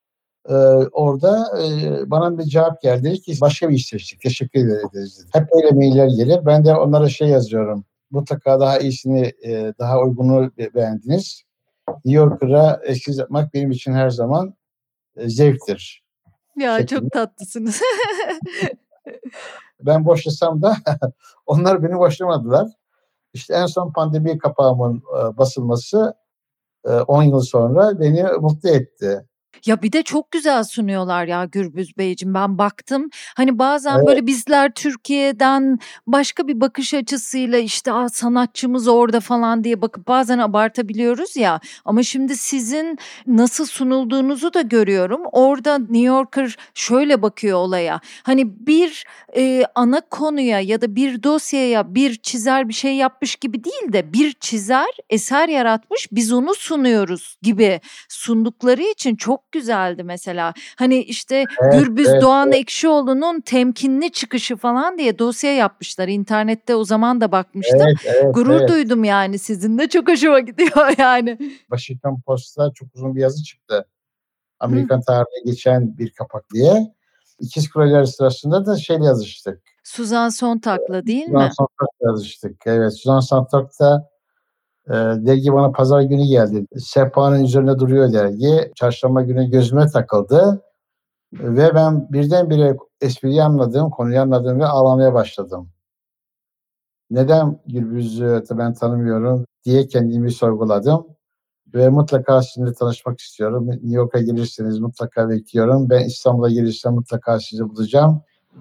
orada bana bir cevap geldi. Dedi ki başka bir iş seçtik. Teşekkür ederiz dedi. Hep öyle mailler gelir. Ben de onlara yazıyorum. Mutlaka daha iyisini, daha uygununu beğendiniz. New Yorker'a eskiz yapmak benim için her zaman zevktir. Ya Şeklinde. çok tatlısınız. Ben boşlasam da onlar beni boşlamadılar. İşte en son pandemi kapağımın basılması 10 yıl sonra beni mutlu etti. Ya bir de çok güzel sunuyorlar ya Gürbüz Beyciğim. Ben baktım. Hani bazen Evet. böyle bizler Türkiye'den başka bir bakış açısıyla işte sanatçımız orada falan diye bakıp bazen abartabiliyoruz ya. Ama şimdi sizin nasıl sunulduğunuzu da görüyorum. Orada New Yorker şöyle bakıyor olaya. Hani bir ana konuya ya da bir dosyaya bir çizer bir şey yapmış gibi değil de bir çizer eser yaratmış, biz onu sunuyoruz gibi sundukları için çok güzeldi mesela. Hani işte Gürbüz Doğan Ekşioğlu'nun temkinli çıkışı falan diye dosya yapmışlar. İnternette o zaman da bakmıştım. Gurur duydum yani sizinle. Çok hoşuma gidiyor yani. Washington Post'ta çok uzun bir yazı çıktı. Amerikan tarihine geçen bir kapak diye. İkiz Kuleler sırasında da yazıştık. Susan Sontag'la değil Susan mi? Sontag'la yazıştık. Evet, Susan Sontag da dergi bana pazar günü geldi. Sehpanın üzerinde duruyor dergi. Çarşamba günü gözüme takıldı. Ve ben birdenbire espriyi anladım, konuyu anladım ve ağlamaya başladım. Neden Gürbüz'ü ben tanımıyorum diye kendimi sorguladım. Ve mutlaka sizinle tanışmak istiyorum. New York'a gelirseniz mutlaka bekliyorum. Ben İstanbul'a gelirsem mutlaka sizi bulacağım.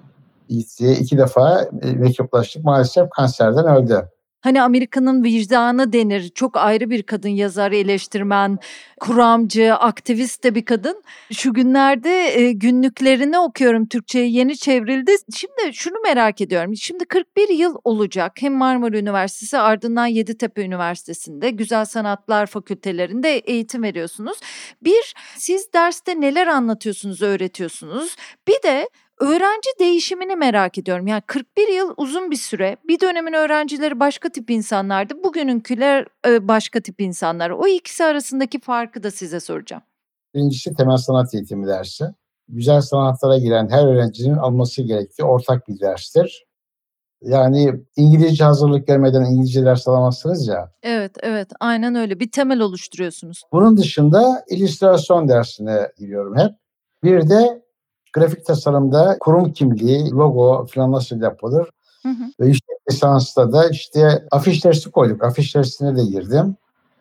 2 defa mektuplaştık. Maalesef kanserden öldü. Hani Amerika'nın vicdanı denir. Çok ayrı bir kadın, yazar, eleştirmen, kuramcı, aktivist de bir kadın. Şu günlerde günlüklerini okuyorum. Türkçe'ye yeni çevrildi. Şimdi şunu merak ediyorum. Şimdi 41 yıl olacak. Hem Marmara Üniversitesi ardından Yeditepe Üniversitesi'nde Güzel Sanatlar Fakültelerinde eğitim veriyorsunuz. Siz derste neler anlatıyorsunuz, öğretiyorsunuz? Bir de öğrenci değişimini merak ediyorum. Yani 41 yıl uzun bir süre. Bir dönemin öğrencileri başka tip insanlardı. Bugününkiler başka tip insanlar. O ikisi arasındaki farkı da size soracağım. Birincisi temel sanat eğitimi dersi. Güzel sanatlara giren her öğrencinin alması gerektiği ortak bir derstir. Yani İngilizce hazırlık görmeden İngilizce ders alamazsınız ya. Evet, aynen öyle. Bir temel oluşturuyorsunuz. Bunun dışında illüstrasyon dersine giriyorum hep. Bir de grafik tasarımda kurum kimliği, logo falan nasıl yapılır? Ve yüksek lisansta da afiş dersi koyduk. Afiş dersine de girdim.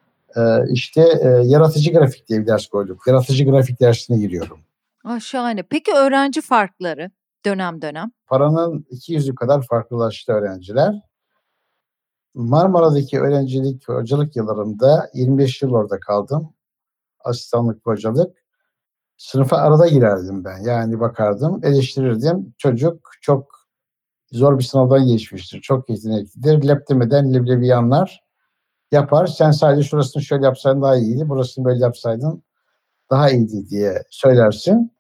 Yaratıcı grafik diye bir ders koyduk. Yaratıcı grafik dersine giriyorum. Şahane. Peki öğrenci farkları dönem? Paranın 200'ü kadar farklılaştı öğrenciler. Marmara'daki öğrencilik ve hocalık yıllarımda 25 yıl orada kaldım. Asistanlık ve hocalık. Sınıfa arada girerdim ben. Yani bakardım, eleştirirdim. Çocuk çok zor bir sınavdan geçmiştir. Çok yeteneklidir. Lep demeden leblebi anlar. Yapar. Sen sadece şurasını şöyle yapsaydın daha iyiydi. Burasını böyle yapsaydın daha iyiydi diye söylersin.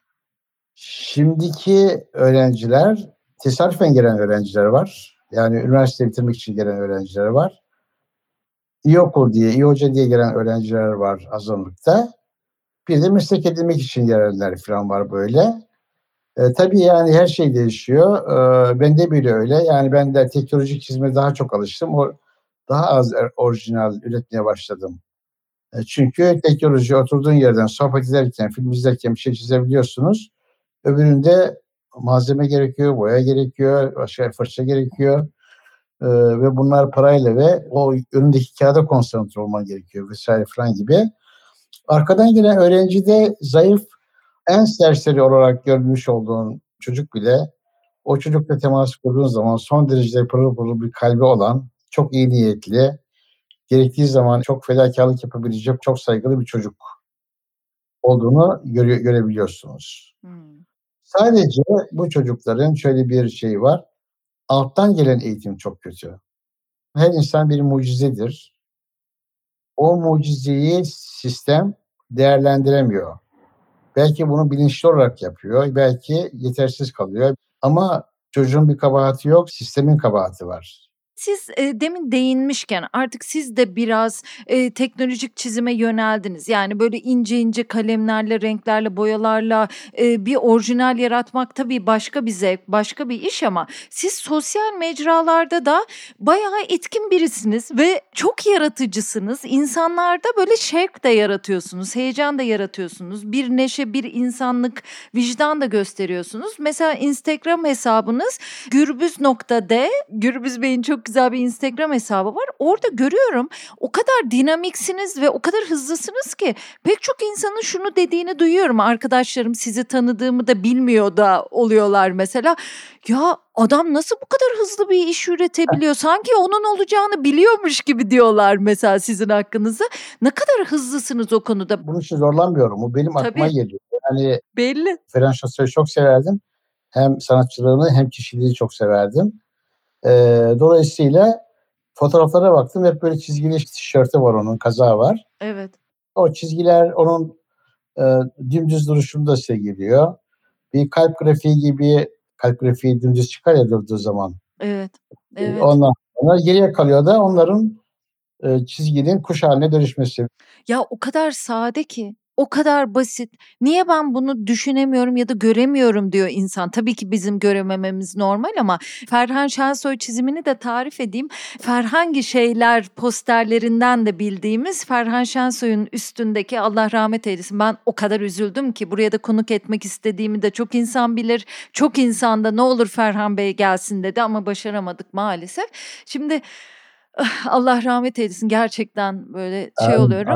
Şimdiki öğrenciler, tesadüfen gelen öğrenciler var. Yani üniversite bitirmek için gelen öğrenciler var. İyi okul diye, iyi hoca diye gelen öğrenciler var azınlıkta. Bir de meslek edinmek için gelenler falan var böyle. Tabii yani her şey değişiyor. Ben de bile öyle. Yani ben de teknolojik çizime daha çok alıştım. Daha az orijinal üretmeye başladım. Çünkü teknoloji oturduğun yerden sohbet ederken, film izlerken bir şey çizebiliyorsunuz. Öbüründe malzeme gerekiyor, boya gerekiyor, başka fırça gerekiyor. Ve bunlar parayla ve o önündeki kağıda konsantre olman gerekiyor vesaire falan gibi. Arkadan gelen öğrenci de zayıf, en serseri olarak görmüş olduğun çocuk bile o çocukla temas kurduğun zaman son derece pırıl pırıl bir kalbi olan, çok iyi niyetli, gerektiği zaman çok fedakarlık yapabilecek, çok saygılı bir çocuk olduğunu görebiliyorsunuz. Sadece bu çocukların şöyle bir şeyi var. Alttan gelen eğitim çok kötü. Her insan bir mucizedir. O mucizeyi sistem değerlendiremiyor. Belki bunu bilinçli olarak yapıyor, belki yetersiz kalıyor. Ama çocuğun bir kabahati yok, sistemin kabahati var. Siz demin değinmişken artık siz de biraz teknolojik çizime yöneldiniz. Yani böyle ince ince kalemlerle, renklerle, boyalarla bir orijinal yaratmak tabii başka bir zevk, başka bir iş ama siz sosyal mecralarda da bayağı etkin birisiniz ve çok yaratıcısınız. İnsanlarda böyle şevk de yaratıyorsunuz, heyecan da yaratıyorsunuz. Bir neşe, bir insanlık, vicdan da gösteriyorsunuz. Mesela Instagram hesabınız gürbüz.d. Gürbüz Bey'in çok güzel bir Instagram hesabı var. Orada görüyorum o kadar dinamiksiniz ve o kadar hızlısınız ki pek çok insanın şunu dediğini duyuyorum. Arkadaşlarım sizi tanıdığımı da bilmiyor da oluyorlar mesela. Ya adam nasıl bu kadar hızlı bir iş üretebiliyor? Sanki onun olacağını biliyormuş gibi diyorlar mesela sizin hakkınızda. Ne kadar hızlısınız o konuda. Bunun için zorlanmıyorum. Bu benim aklıma Tabii. geliyor. Yani Belli. Ferhan Şahsoy'u çok severdim. Hem sanatçılığını hem kişiliğini çok severdim. Dolayısıyla fotoğraflara baktım. Hep böyle çizgili tişörtü var onun, kazağı var. Evet. O çizgiler onun dümdüz duruşunu da sergiliyor. Bir kalp grafiği gibi, kalp grafiği dümdüz çıkar ya durduğu zaman. Evet. Evet. Ondan sonra geriye kalıyor da onların çizginin kuş haline dönüşmesi. Ya o kadar sade ki, o kadar basit. Niye ben bunu düşünemiyorum ya da göremiyorum diyor insan. Tabii ki bizim göremememiz normal ama Ferhan Şensoy çizimini de tarif edeyim. Ferhangi şeyler posterlerinden de bildiğimiz Ferhan Şensoy'un üstündeki Allah rahmet eylesin. Ben o kadar üzüldüm ki buraya da konuk etmek istediğimi de çok insan bilir. Çok insan da ne olur Ferhan Bey gelsin dedi ama başaramadık maalesef. Şimdi Allah rahmet eylesin gerçekten böyle şey oluyorum.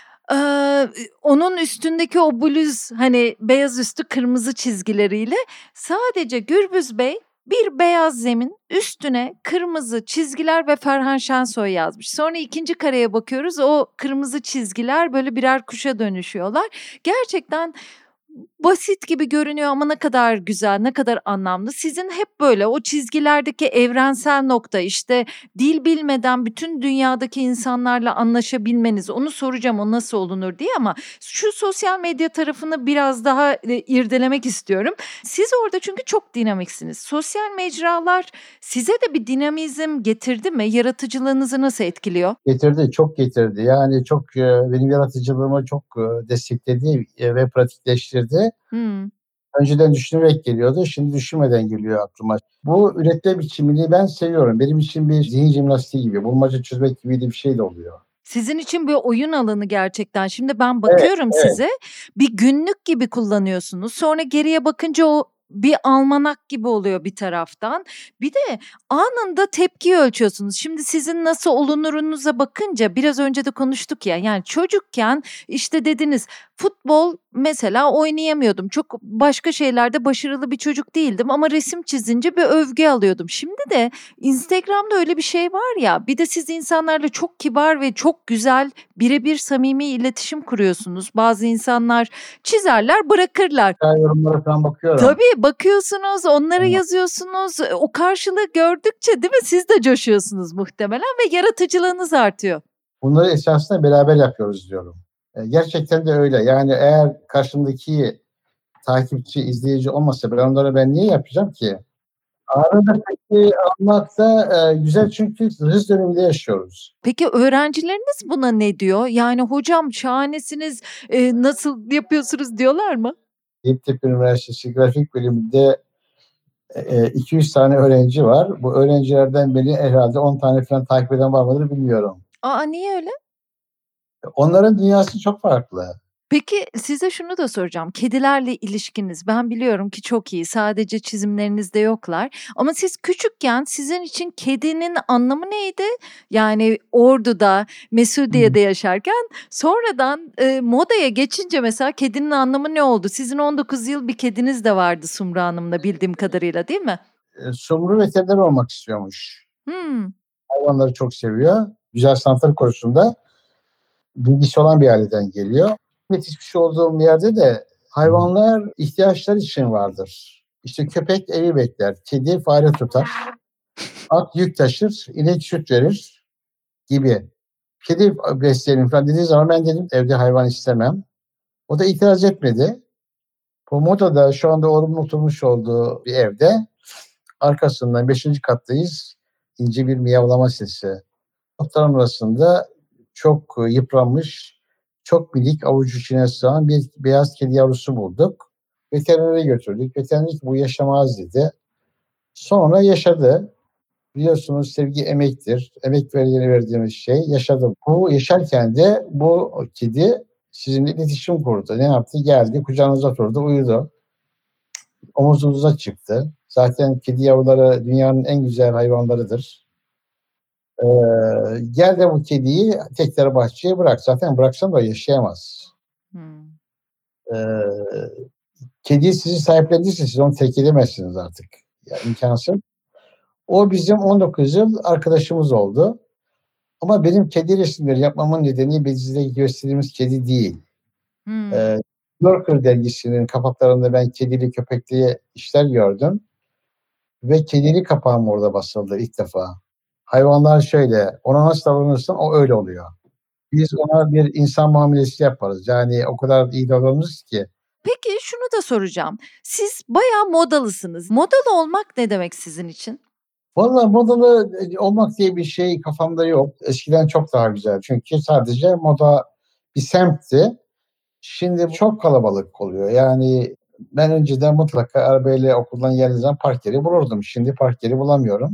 Onun üstündeki o bluz hani beyaz üstü kırmızı çizgileriyle sadece Gürbüz Bey bir beyaz zemin üstüne kırmızı çizgiler ve Ferhan Şensoy yazmış. Sonra ikinci kareye bakıyoruz o kırmızı çizgiler böyle birer kuşa dönüşüyorlar. Gerçekten basit gibi görünüyor ama ne kadar güzel, ne kadar anlamlı. Sizin hep böyle o çizgilerdeki evrensel nokta işte dil bilmeden bütün dünyadaki insanlarla anlaşabilmeniz. Onu soracağım o nasıl olunur diye ama şu sosyal medya tarafını biraz daha irdelemek istiyorum. Siz orada çünkü çok dinamiksiniz. Sosyal mecralar size de bir dinamizm getirdi mi? Yaratıcılığınızı nasıl etkiliyor? Getirdi, çok getirdi. Yani çok benim yaratıcılığımı çok destekledi ve pratikleştirdi. Önceden düşünerek geliyordu, şimdi düşünmeden geliyor aklıma. Bu üretme biçimini ben seviyorum. Benim için bir zihin jimnastiği gibi, bulmaca çözmek gibi de bir şey de oluyor. Sizin için bir oyun alanı gerçekten. Şimdi ben bakıyorum Evet. size, bir günlük gibi kullanıyorsunuz. Sonra geriye bakınca o bir almanak gibi oluyor bir taraftan. Bir de anında tepki ölçüyorsunuz. Şimdi sizin nasıl olunurunuza bakınca biraz önce de konuştuk ya. Yani çocukken işte dediniz Futbol mesela oynayamıyordum. Çok başka şeylerde başarılı bir çocuk değildim ama resim çizince bir övgü alıyordum. Şimdi de Instagram'da öyle bir şey var ya, bir de siz insanlarla çok kibar ve çok güzel birebir samimi iletişim kuruyorsunuz. Bazı insanlar çizerler, bırakırlar. Yorumlara falan bakıyorum. Tabii bakıyorsunuz, onlara Evet. yazıyorsunuz. O karşılığı gördükçe değil mi siz de coşuyorsunuz muhtemelen ve yaratıcılığınız artıyor. Bunları esasında beraber yapıyoruz diyorum. Gerçekten de öyle. Yani eğer karşımdaki takipçi, izleyici olmasa ben niye yapacağım ki? Anında tepki almak da güzel çünkü hız döneminde yaşıyoruz. Peki öğrencileriniz buna ne diyor? Yani hocam şahanesiniz, nasıl yapıyorsunuz diyorlar mı? Yeditepe Üniversitesi Grafik Bölümünde 200 tane öğrenci var. Bu öğrencilerden beni herhalde 10 tane falan takip eden var mıdır bilmiyorum. A, niye öyle? Onların dünyası çok farklı. Peki size şunu da soracağım. Kedilerle ilişkiniz ben biliyorum ki çok iyi. Sadece çizimlerinizde yoklar. Ama siz küçükken sizin için kedinin anlamı neydi? Yani Ordu'da, Mesudiye'de yaşarken sonradan modaya geçince mesela kedinin anlamı ne oldu? Sizin 19 yıl bir kediniz de vardı Sumru Hanım'la bildiğim kadarıyla değil mi? Sumru veteriner olmak istiyormuş. Hmm. Hayvanları çok seviyor. Güzel sanatlar konusunda bilgisi olan bir aileden geliyor. Yetişmiş olduğum yerde de hayvanlar ihtiyaçları için vardır. İşte köpek evi bekler, kedi fare tutar, at yük taşır, inek süt verir gibi. Kedi besleyelim falan dediği zaman ben dedim evde hayvan istemem. O da itiraz etmedi. Bu modada şu anda oğlumun oturmuş olduğu bir evde arkasından 5. kattayız. İnce bir miyavlama sesi. Otların arasında çok yıpranmış, çok minik avuç içine sığan bir beyaz kedi yavrusu bulduk. Veterinere götürdük. Veteriner dedi ki bu yaşamaz dedi. Sonra yaşadı. Biliyorsunuz sevgi emektir. Emek verdiğimiz şey yaşadı. Bu yaşarken de bu kedi sizinle iletişim kurdu. Ne yaptı? Geldi, kucağınıza oturdu, uyudu. Omuzunuza çıktı. Zaten kedi yavruları dünyanın en güzel hayvanlarıdır. Gel de bu kediyi tekrar bahçeye bırak. Zaten bıraksan da yaşayamaz. Hmm. Ee, Kediyi sizi sahiplendiyse siz onu terk edemezsiniz artık. Yani imkansız. O bizim 19 yıl arkadaşımız oldu. Ama benim kedi resimleri yapmamın nedeni bizde gösterdiğimiz kedi değil. Hmm. New Yorker dergisinin kapaklarında ben kedili köpekli işler gördüm. Ve kedili kapağım orada basıldı ilk defa. Hayvanlar şöyle, ona nasıl davranırsan o öyle oluyor. Biz ona bir insan muamelesi yaparız. Yani o kadar iyi davranırız ki. Peki şunu da soracağım. Siz bayağı modalısınız. Modalı olmak ne demek sizin için? Vallahi modalı olmak diye bir şey kafamda yok. Eskiden çok daha güzel. Çünkü sadece moda bir semtti. Şimdi çok kalabalık oluyor. Yani ben önceden mutlaka arabayla okuldan geldiğim zaman park yeri bulurdum. Şimdi park yeri bulamıyorum.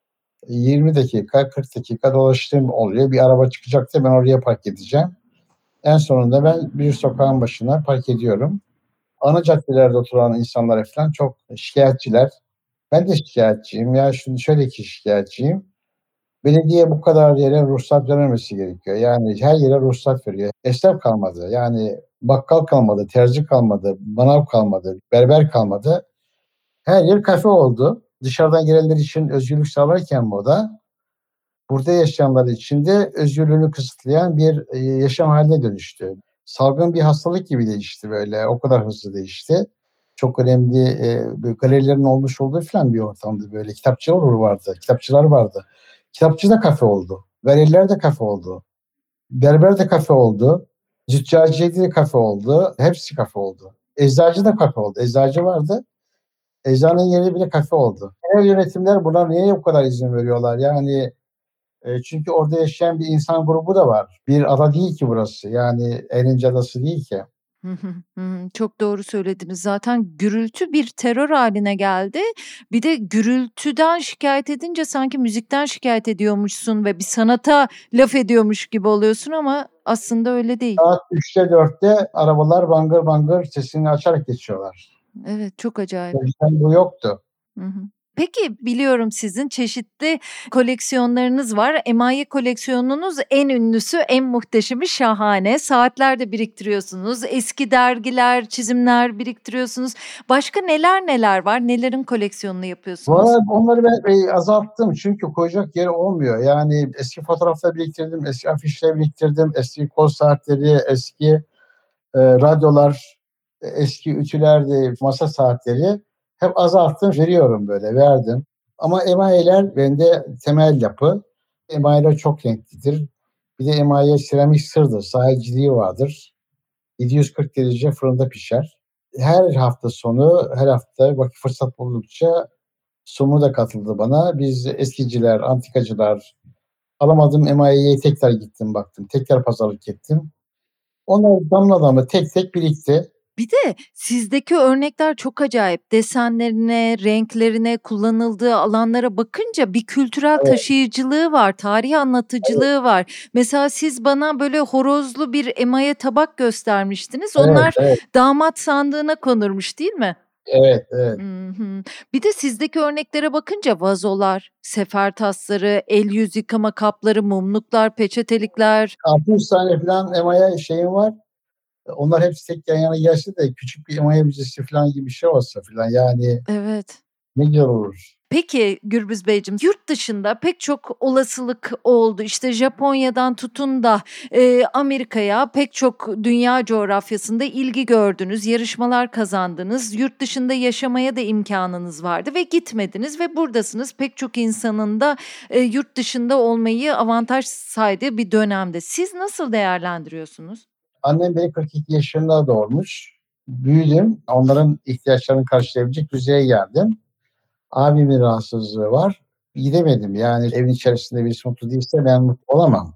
20 dakika, 40 dakika dolaştığım oluyor. Bir araba çıkacak da ben oraya park edeceğim. En sonunda ben bir sokağın başına park ediyorum. Ana caddelerde oturan insanlara falan çok şikayetçiler. Ben de şikayetçiyim. Ya şimdi şöyle ki şikayetçiyim. Belediye bu kadar yere ruhsat vermemesi gerekiyor. Yani her yere ruhsat veriyor. Esnaf kalmadı. Yani bakkal kalmadı, terzi kalmadı, manav kalmadı, berber kalmadı. Her yer kafe oldu. Dışarıdan gelenler için özgürlük sağlarken moda, burada yaşayanlar için de özgürlüğünü kısıtlayan bir yaşam haline dönüştü. Salgın bir hastalık gibi değişti böyle. O kadar hızlı değişti. Çok önemli galerilerin olmuş olduğu falan bir ortamdı böyle. Kitapçılar vardı. Kitapçı da kafe oldu. Galeriler de kafe oldu. Berber de kafe oldu. Züccaciye de kafe oldu. Hepsi kafe oldu. Eczacı da kafe oldu. Eczacı vardı. Eczanenin yeri bile kafe oldu. Genel yönetimler buna niye bu kadar izin veriyorlar? Yani çünkü orada yaşayan bir insan grubu da var. Bir ada değil ki burası. Yani Eğlence Adası değil ki. Hı hı, hı. Çok doğru söylediniz. Zaten gürültü bir terör haline geldi. Bir de gürültüden şikayet edince sanki müzikten şikayet ediyormuşsun ve bir sanata laf ediyormuş gibi oluyorsun ama aslında öyle değil. Saat 3'te 4'te arabalar bangır bangır sesini açarak geçiyorlar. Evet, çok acayip. Önceden bu yoktu. Hı hı. Peki biliyorum sizin çeşitli koleksiyonlarınız var. Emaye koleksiyonunuz en ünlüsü, en muhteşemi, şahane. Saatler de biriktiriyorsunuz. Eski dergiler, çizimler biriktiriyorsunuz. Başka neler var? Nelerin koleksiyonunu yapıyorsunuz? Valla onları ben azalttım çünkü koyacak yeri olmuyor. Yani eski fotoğraflar biriktirdim, eski afişler biriktirdim, eski kol saatleri, eski radyolar, eski ütülerdi, masa saatleri hep azalttım, veriyorum böyle, verdim. Ama emayeler bende temel yapı. Emayeler çok renklidir. Bir de emaye seramik sırdır, sahiciliği vardır. 740 derece fırında pişer. Her hafta sonu, her hafta vakit fırsat buldukça Sumu da katıldı bana. Biz eskiciler, antikacılar, alamadığım emayeye tekrar gittim baktım. Tekrar pazarlık ettim. Onlar damla damla tek tek birikti. Bir de sizdeki örnekler çok acayip. Desenlerine, renklerine, kullanıldığı alanlara bakınca bir kültürel Evet. taşıyıcılığı var, tarih anlatıcılığı var. Mesela siz bana böyle horozlu bir emaye tabak göstermiştiniz. Onlar Evet. damat sandığına konurmuş, değil mi? Evet. Hı hı. Bir de sizdeki örneklere bakınca vazolar, sefer tasları, el yüz yıkama kapları, mumluklar, peçetelikler. 600 tane falan emaye şeyim var. Onlar hepsi tek yan yana gelse de küçük bir emaye müzesi falan gibi bir şey olsa falan, yani Evet. ne güzel olur. Peki Gürbüz Beyciğim, yurt dışında pek çok olasılık oldu. İşte Japonya'dan tutun da Amerika'ya, pek çok dünya coğrafyasında ilgi gördünüz, yarışmalar kazandınız. Yurt dışında yaşamaya da imkanınız vardı ve gitmediniz ve buradasınız. Pek çok insanın da yurt dışında olmayı avantaj saydığı bir dönemde. Siz nasıl değerlendiriyorsunuz? Annem beni 42 yaşında doğurmuş. Büyüdüm. Onların ihtiyaçlarını karşılayabilecek düzeye geldim. Abimin rahatsızlığı var. Gidemedim. Yani evin içerisinde birisi mutlu değilse ben mutlu olamam.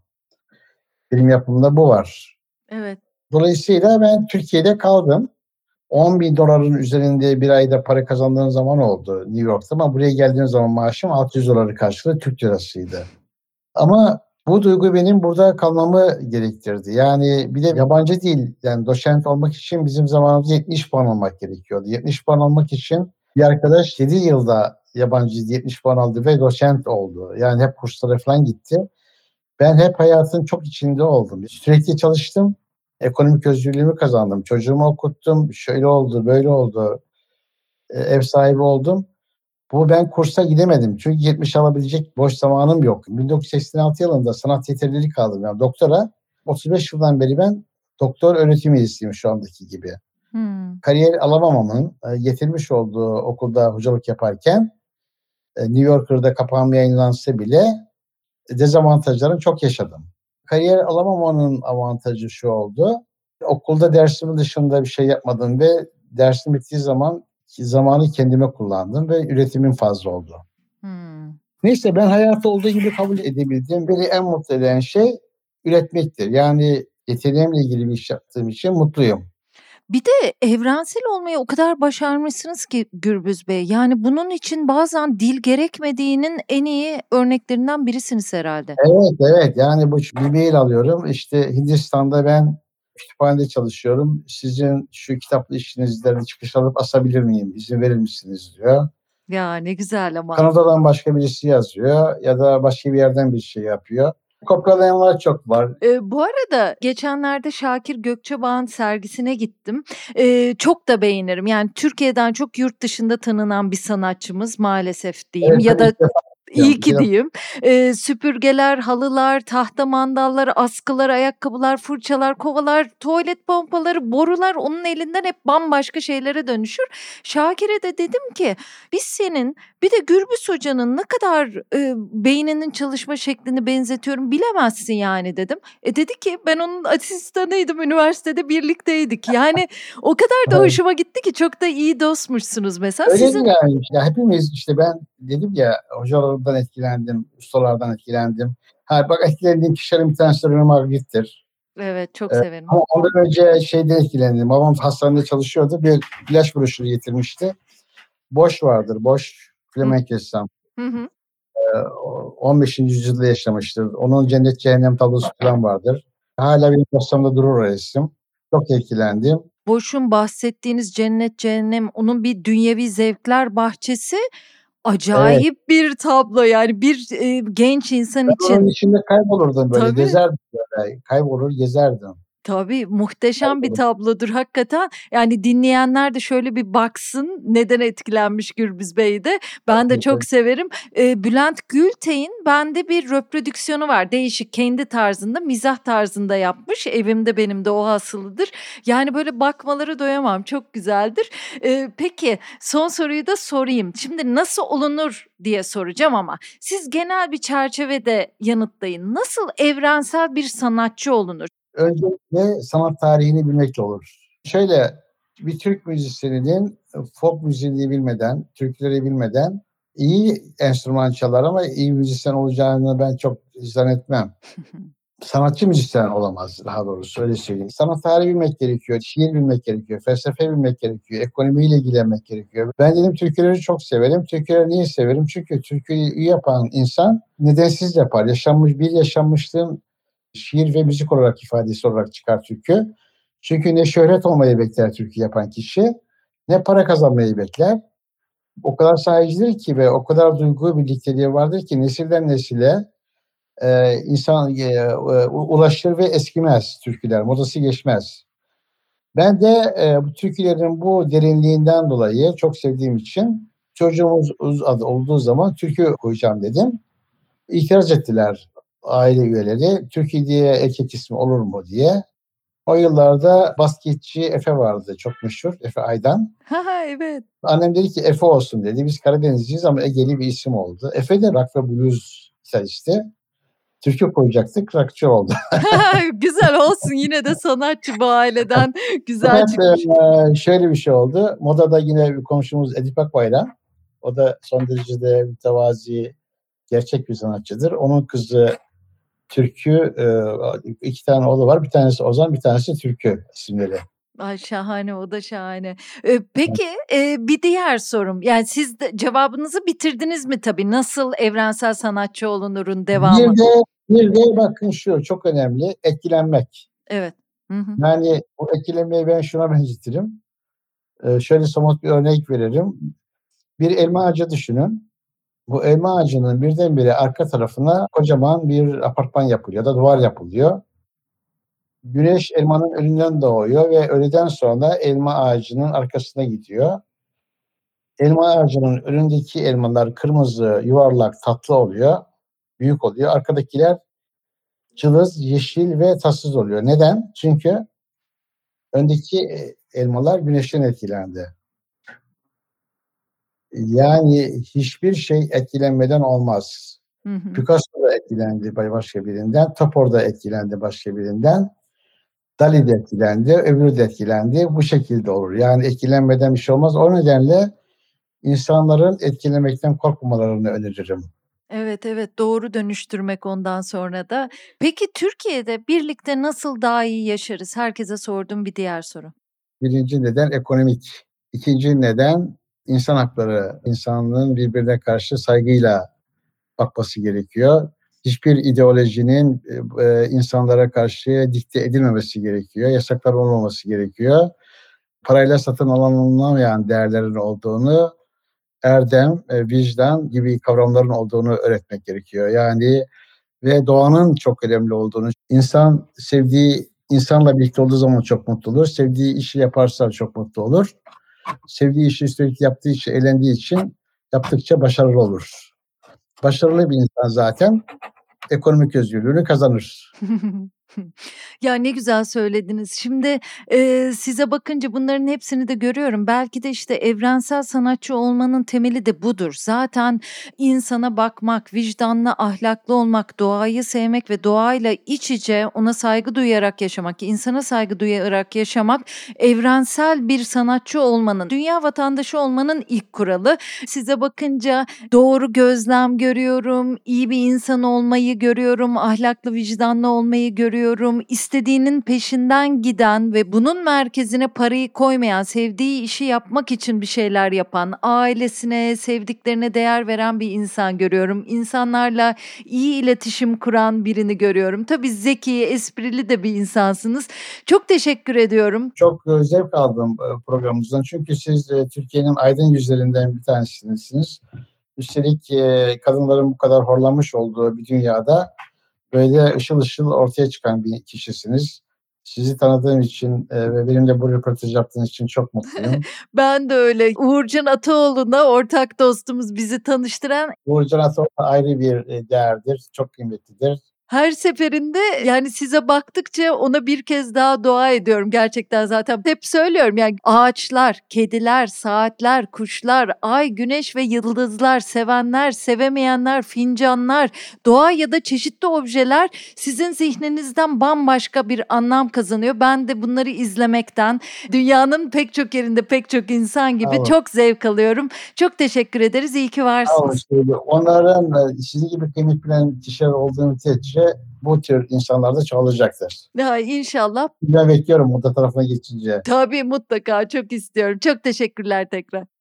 Benim yapımda bu var. Evet. Dolayısıyla ben Türkiye'de kaldım. 10 bin doların üzerinde bir ayda para kazandığım zaman oldu New York'ta, ama buraya geldiğim zaman maaşım 600 doları karşılığı Türk lirasıydı. Ama bu duygu benim burada kalmamı gerektirdi. Yani bir de yabancı dil, yani doçent olmak için bizim zamanımızda 70 puan almak gerekiyordu. 70 puan almak için bir arkadaş 7 yılda yabancı dil 70 puan aldı ve doçent oldu. Yani hep kurslara falan gitti. Ben hep hayatın çok içinde oldum. Sürekli çalıştım. Ekonomik özgürlüğümü kazandım. Çocuğumu okuttum. Şöyle oldu, böyle oldu. Ev sahibi oldum. Ben kursa gidemedim. Çünkü 70 alabilecek boş zamanım yok. 1986 yılında sanat yeterlilik aldım. Yani doktora. 35 yıldan beri ben doktor öğretim üyesiyim şu andaki gibi. Kariyer alamamamın getirmiş olduğu okulda hocalık yaparken New Yorker'da kapağım yayınlansa bile dezavantajlarını çok yaşadım. Kariyer alamamanın avantajı şu oldu. Okulda dersimin dışında bir şey yapmadım ve dersim bittiği zaman zamanı kendime kullandım ve üretimim fazla oldu. Neyse, ben hayatı olduğu gibi kabul edebildim. Beni en mutlu eden şey üretmektir. Yani yeteneğimle ilgili bir iş yaptığım için mutluyum. Bir de evrensel olmayı o kadar başarmışsınız ki Gürbüz Bey. Yani bunun için bazen dil gerekmediğinin en iyi örneklerinden birisiniz herhalde. Evet. Yani bu bir mail alıyorum. İşte Hindistan'da ben kütüphanede çalışıyorum. Sizin şu kitaplı işinizden çıkış alıp asabilir miyim? İzin verir misiniz diyor. Ya ne güzel ama. Kanada'dan başka birisi yazıyor ya da başka bir yerden bir şey yapıyor. Kopyalayanlar çok var. Bu arada geçenlerde Şakir Gökçebağ'ın sergisine gittim. Çok da beğenirim. Yani Türkiye'den çok yurt dışında tanınan bir sanatçımız maalesef diyeyim, Evet, ya da İyi ki biraz- diyeyim. Süpürgeler, halılar, tahta mandallar, askılar, ayakkabılar, fırçalar, kovalar, tuvalet pompaları, borular onun elinden hep bambaşka şeylere dönüşür. Şakir'e de dedim ki biz senin bir de Gürbüz Hoca'nın ne kadar beyninin çalışma şeklini benzetiyorum bilemezsin yani dedim. Dedi ki ben onun asistanıydım, üniversitede birlikteydik. Yani o kadar da hoşuma gitti ki çok da iyi dostmuşsunuz mesela. Öyle Sizin... yani. Ya hepimiz işte, ben dedim ya, hocalardan etkilendim, ustalardan etkilendim. Bak, etkilendiğim kişilerin bir tanesi de Römer Magritte'tir. Evet, çok severim. Ama ondan önce şeyden etkilendim. Babam hastanede çalışıyordu. Bir ilaç broşürü getirmişti. Boş vardır. Boş Flemenk ressam. Hı. 15. yüzyılda yaşamıştır. Onun cennet cehennem tablosu falan vardır. Hala benim postamda durur o resim. Çok etkilendim. Boş'un bahsettiğiniz cennet cehennem onun bir dünyevi zevkler bahçesi. Evet. Acayip bir tablo yani bir genç insan Ben onun için. içinde kaybolurdum böyle. Tabii. Gezerdim böyle. Kaybolur gezerdim. Tabii, muhteşem bir Kaybolur. tablodur hakikaten. Yani dinleyenler de şöyle bir baksın neden etkilenmiş Gürbüz Bey de. Ben de çok severim. Bülent Gültay'ın bende bir reprodüksiyonu var. Değişik kendi tarzında, mizah tarzında yapmış. Evimde benim de o hasılıdır. Yani böyle bakmalara doyamam. Çok güzeldir. Peki son soruyu da sorayım. Şimdi nasıl olunur diye soracağım ama siz genel bir çerçevede yanıtlayın. Nasıl evrensel bir sanatçı olunur? Öncelikle sanat tarihini bilmekle olur. Şöyle, bir Türk müzisyeninin folk müziğini bilmeden, türküleri bilmeden iyi enstrüman çalar ama iyi müzisyen olacağını ben çok zannetmem. Sanatçı müzisyen olamaz, daha doğrusu öyle söyleyeyim. Sanat tarihi bilmek gerekiyor, şiir bilmek gerekiyor, felsefe bilmek gerekiyor, ekonomiyle ilgilenmek gerekiyor. Ben dedim türküleri çok severim. Türküleri niye severim? Çünkü türküyü iyi yapan insan nedensiz yapar. Yaşanmışlığın şiir ve müzik olarak ifadesi olarak çıkar türkü. Çünkü ne şöhret olmayı bekler türkü yapan kişi, ne para kazanmayı bekler. O kadar sahicidir ki ve o kadar duygu birlikteliği vardır ki nesilden nesile insan ulaşır ve eskimez türküler, modası geçmez. Ben de bu türkülerin bu derinliğinden dolayı çok sevdiğim için çocuğumuz olduğu zaman türkü koyacağım dedim. İtiraz ettiler aile üyeleri. Türkü diye erkek ismi olur mu diye. O yıllarda basketçi Efe vardı, çok meşhur, Efe Aydan. Evet. Annem dedi ki Efe olsun dedi. Biz Karadenizliyiz ama Ege'li bir isim oldu. Efe de rock ve blues gitaristi. Türkü koyacaktık, rockçı oldu. Güzel olsun yine de sanatçı bu aileden güzel Fakat çıkmış. şöyle bir şey oldu. Modada yine bir komşumuz Edip Akbayram. O da son derece mütevazi, gerçek bir sanatçıdır. Onun kızı Türkü, 2 tane oğlu var. Bir tanesi Ozan, bir tanesi Türkü isimleri. Ay şahane, o da şahane. Peki, bir diğer sorum, yani siz de cevabınızı bitirdiniz mi tabii? Nasıl evrensel sanatçı olunurun devamı? Bir de bakın şu çok önemli, etkilenmek. Evet. Hı hı. Yani bu etkilenmeyi ben şuna benzetirim. Şöyle somut bir örnek veririm. Bir elma ağacı düşünün. Bu elma ağacının birdenbire arka tarafına kocaman bir apartman yapılıyor ya da duvar yapılıyor. Güneş elmanın önünden doğuyor ve öğleden sonra elma ağacının arkasına gidiyor. Elma ağacının önündeki elmalar kırmızı, yuvarlak, tatlı oluyor, büyük oluyor. Arkadakiler cılız, yeşil ve tatsız oluyor. Neden? Çünkü öndeki elmalar güneşten etkilendi. Yani hiçbir şey etkilenmeden olmaz. Hı hı. Picasso da etkilendi başka birinden, Topor da etkilendi başka birinden, Dali de etkilendi, öbürü de etkilendi. Bu şekilde olur. Yani etkilenmeden bir şey olmaz. O nedenle insanların etkilemekten korkmamalarını öneririm. Evet, evet, doğru dönüştürmek ondan sonra da. Peki Türkiye'de birlikte nasıl daha iyi yaşarız? Herkese sorduğum bir diğer soru. Birinci neden ekonomik. İkinci neden insan hakları. İnsanlığın birbirine karşı saygıyla bakması gerekiyor. Hiçbir ideolojinin insanlara karşı dikte edilmemesi gerekiyor. Yasaklar olmaması gerekiyor. Parayla satın alınamayan değerlerin olduğunu, erdem, vicdan gibi kavramların olduğunu öğretmek gerekiyor. Yani ve doğanın çok önemli olduğunu, insan sevdiği insanla birlikte olduğu zaman çok mutlu olur. Sevdiği işi yaparsa çok mutlu olur. Sevdiği işi üstelik yaptığı için, eğlendiği için yaptıkça başarılı olur. Başarılı bir insan zaten ekonomik özgürlüğünü kazanır. Ya, ne güzel söylediniz. Şimdi, size bakınca bunların hepsini de görüyorum. Belki de, işte, evrensel sanatçı olmanın temeli de budur. Zaten insana bakmak, vicdanlı, ahlaklı olmak, doğayı sevmek ve doğayla iç içe ona saygı duyarak yaşamak, insana saygı duyarak yaşamak evrensel bir sanatçı olmanın, dünya vatandaşı olmanın ilk kuralı. Size bakınca doğru gözlem görüyorum, iyi bir insan olmayı görüyorum, ahlaklı, vicdanlı olmayı görüyorum. İstediğinin peşinden giden ve bunun merkezine parayı koymayan, sevdiği işi yapmak için bir şeyler yapan, ailesine, sevdiklerine değer veren bir insan görüyorum. İnsanlarla iyi iletişim kuran birini görüyorum. Tabii zeki, esprili de bir insansınız. Çok teşekkür ediyorum. Çok zevk aldım programımızdan. Çünkü siz Türkiye'nin aydın yüzlerinden bir tanesiniz. Üstelik kadınların bu kadar horlanmış olduğu bir dünyada böyle ışıl ışıl ortaya çıkan bir kişisiniz. Sizi tanıdığım için ve benimle bu röportaj yaptığınız için çok mutluyum. Ben de öyle. Uğurcan Ataoğlu'na ortak dostumuz bizi tanıştıran Uğurcan Ataoğlu ayrı bir değerdir, çok kıymetlidir. her seferinde yani size baktıkça ona bir kez daha dua ediyorum gerçekten zaten. Hep söylüyorum yani ağaçlar, kediler, saatler, kuşlar, ay, güneş ve yıldızlar, sevenler, sevemeyenler, fincanlar, doğa ya da çeşitli objeler sizin zihninizden bambaşka bir anlam kazanıyor. Ben de bunları izlemekten dünyanın pek çok yerinde pek çok insan gibi çok zevk alıyorum. Çok teşekkür ederiz. İyi ki varsınız. Onların sizin gibi kıymet bilen kişiler olduğu müddetçe bu tür insanlar da çoğalacaktır. Ya inşallah. Ben bekliyorum o da tarafına geçince. Tabii mutlaka çok istiyorum. Çok teşekkürler tekrar.